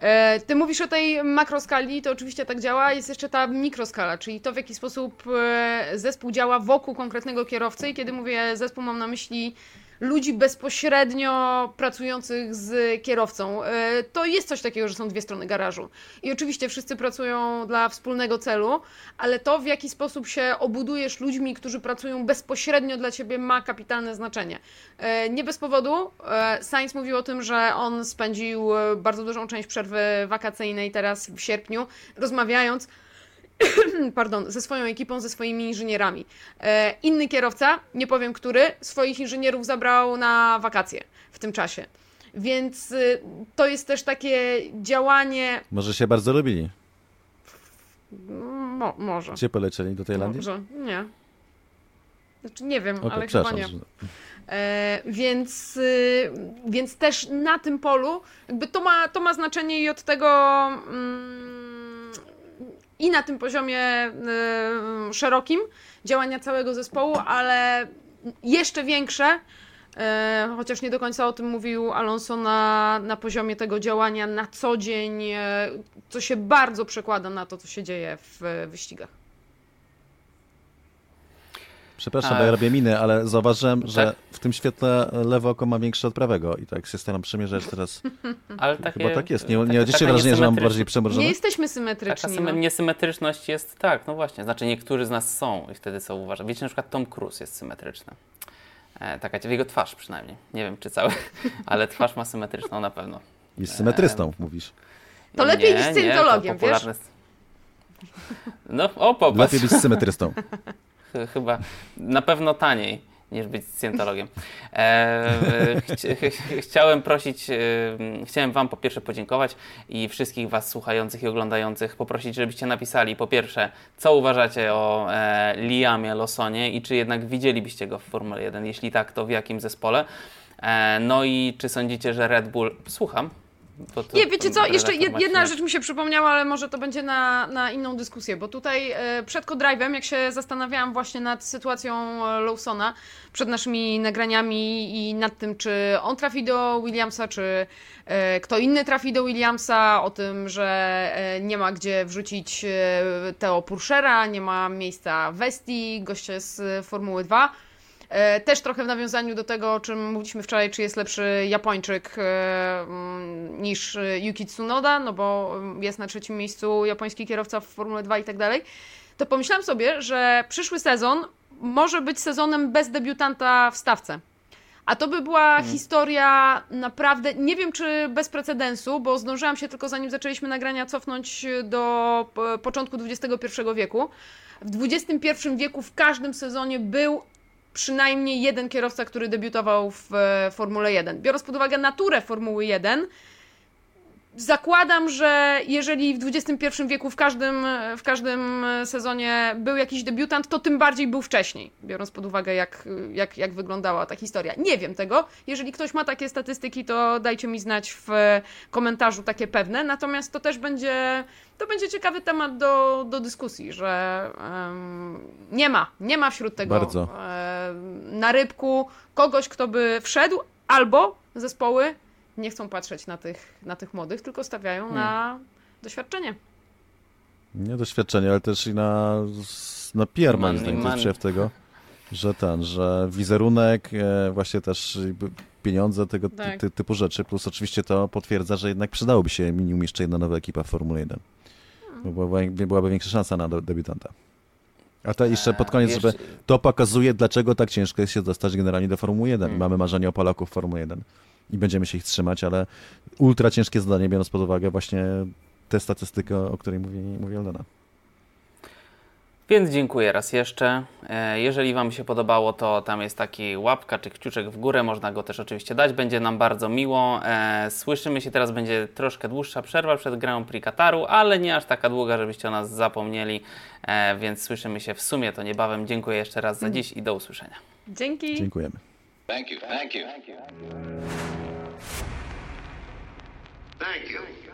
Ty mówisz o tej makroskali, to oczywiście tak działa, jest jeszcze ta mikroskala, czyli to, w jaki sposób zespół działa wokół konkretnego kierowcy i kiedy mówię zespół, mam na myśli ludzi bezpośrednio pracujących z kierowcą. To jest coś takiego, że są dwie strony garażu. I oczywiście wszyscy pracują dla wspólnego celu, ale to, w jaki sposób się obudujesz ludźmi, którzy pracują bezpośrednio dla ciebie, ma kapitalne znaczenie. Nie bez powodu Sainz mówił o tym, że on spędził bardzo dużą część przerwy wakacyjnej teraz w sierpniu, rozmawiając pardon, ze swoją ekipą, ze swoimi inżynierami. E, inny kierowca, nie powiem który, swoich inżynierów zabrał na wakacje w tym czasie. Więc y, to jest też takie działanie... Może się bardzo lubili? Mo, może. Gdzie polecieli? Do Tajlandii? Może, nie. Znaczy nie wiem, Okay, ale chyba nie. E, więc, y, więc też na tym polu jakby to ma, to ma znaczenie i od tego... Mm, i na tym poziomie y, szerokim działania całego zespołu, ale jeszcze większe, y, chociaż nie do końca o tym mówił Alonso, na, na poziomie tego działania na co dzień, y, co się bardzo przekłada na to, co się dzieje w y, wyścigach. Przepraszam, bo ja robię miny, ale zauważyłem, że tak? w tym świetle lewe oko ma większe od prawego i tak się staram przymierzać teraz. Ale takie, chyba tak jest. Nie, nie odnieście wrażenia, że mam bardziej przemrożone? Nie jesteśmy symetryczni. Taka syme- no. niesymetryczność jest, tak, no właśnie. Znaczy niektórzy z nas są i wtedy co uważam. Wiecie, na przykład Tom Cruise jest symetryczny. E, taka jego twarz przynajmniej. Nie wiem, czy cały, ale twarz ma symetryczną na pewno. Jest symetrystą, e, mówisz. To lepiej niż scientologiem, wiesz? No, o, popatrz. Lepiej być symetrystą. Chyba na pewno taniej niż być scjentologiem. E, ch- chciałem prosić, e, chciałem wam po pierwsze podziękować i wszystkich was słuchających i oglądających poprosić, żebyście napisali po pierwsze, co uważacie o e, Liamie Lawsonie i czy jednak widzielibyście go w Formule jeden, jeśli tak, to w jakim zespole. E, no i czy sądzicie, że Red Bull... Słucham. To, to, nie, wiecie co, jeszcze jedna rzecz mi się przypomniała, ale może to będzie na, na inną dyskusję, bo tutaj e, przed co-drive'em, jak się zastanawiałam właśnie nad sytuacją Lawsona, przed naszymi nagraniami i nad tym, czy on trafi do Williamsa, czy e, kto inny trafi do Williamsa, o tym, że e, nie ma gdzie wrzucić e, Theo Purchera, nie ma miejsca Westi, goście z Formuły dwa. Też trochę w nawiązaniu do tego, o czym mówiliśmy wczoraj, czy jest lepszy Japończyk niż Yuki Tsunoda, no bo jest na trzecim miejscu japoński kierowca w Formule dwa i tak dalej, to pomyślałam sobie, że przyszły sezon może być sezonem bez debiutanta w stawce. A to by była hmm. historia naprawdę, nie wiem czy bez precedensu, bo zdążyłam się tylko zanim zaczęliśmy nagrania cofnąć do początku dwudziestego pierwszego wieku. W dwudziestym pierwszym wieku w każdym sezonie był przynajmniej jeden kierowca, który debiutował w Formule jeden. Biorąc pod uwagę naturę Formuły jeden, zakładam, że jeżeli w dwudziestym pierwszym wieku w każdym, w każdym sezonie był jakiś debiutant, to tym bardziej był wcześniej, biorąc pod uwagę jak, jak, jak wyglądała ta historia. Nie wiem tego. Jeżeli ktoś ma takie statystyki, to dajcie mi znać w komentarzu takie pewne. Natomiast to też będzie, to będzie ciekawy temat do, do dyskusji, że um, nie ma, nie ma wśród tego Bardzo. Um, na rybku kogoś, kto by wszedł, albo zespoły nie chcą patrzeć na tych, na tych młodych, tylko stawiają hmm. na doświadczenie. Nie doświadczenie, ale też i na, na P R, moim zdaniem, to jest tego, że ten, że wizerunek, właśnie też pieniądze, tego tak. ty, typu rzeczy, plus oczywiście to potwierdza, że jednak przydałoby się minimum jeszcze jedna nowa ekipa w Formule jeden. Hmm. Bo byłaby, byłaby większa szansa na debiutanta. A to jeszcze pod koniec, żeby to pokazuje, dlaczego tak ciężko jest się dostać generalnie do Formuły jeden. Hmm. Mamy marzenia o Polaków w Formule jeden. I będziemy się ich trzymać, ale ultra ciężkie zadanie, biorąc pod uwagę właśnie tę statystykę, o której mówi, mówi Aldona. Więc dziękuję raz jeszcze. Jeżeli wam się podobało, to tam jest taki łapka czy kciuczek w górę, można go też oczywiście dać, będzie nam bardzo miło. Słyszymy się, teraz będzie troszkę dłuższa przerwa przed Grand Prix Kataru, ale nie aż taka długa, żebyście o nas zapomnieli, więc słyszymy się w sumie to niebawem. Dziękuję jeszcze raz za dziś i do usłyszenia. Dzięki. Dziękujemy. Thank you. Thank you. Thank you. Thank you.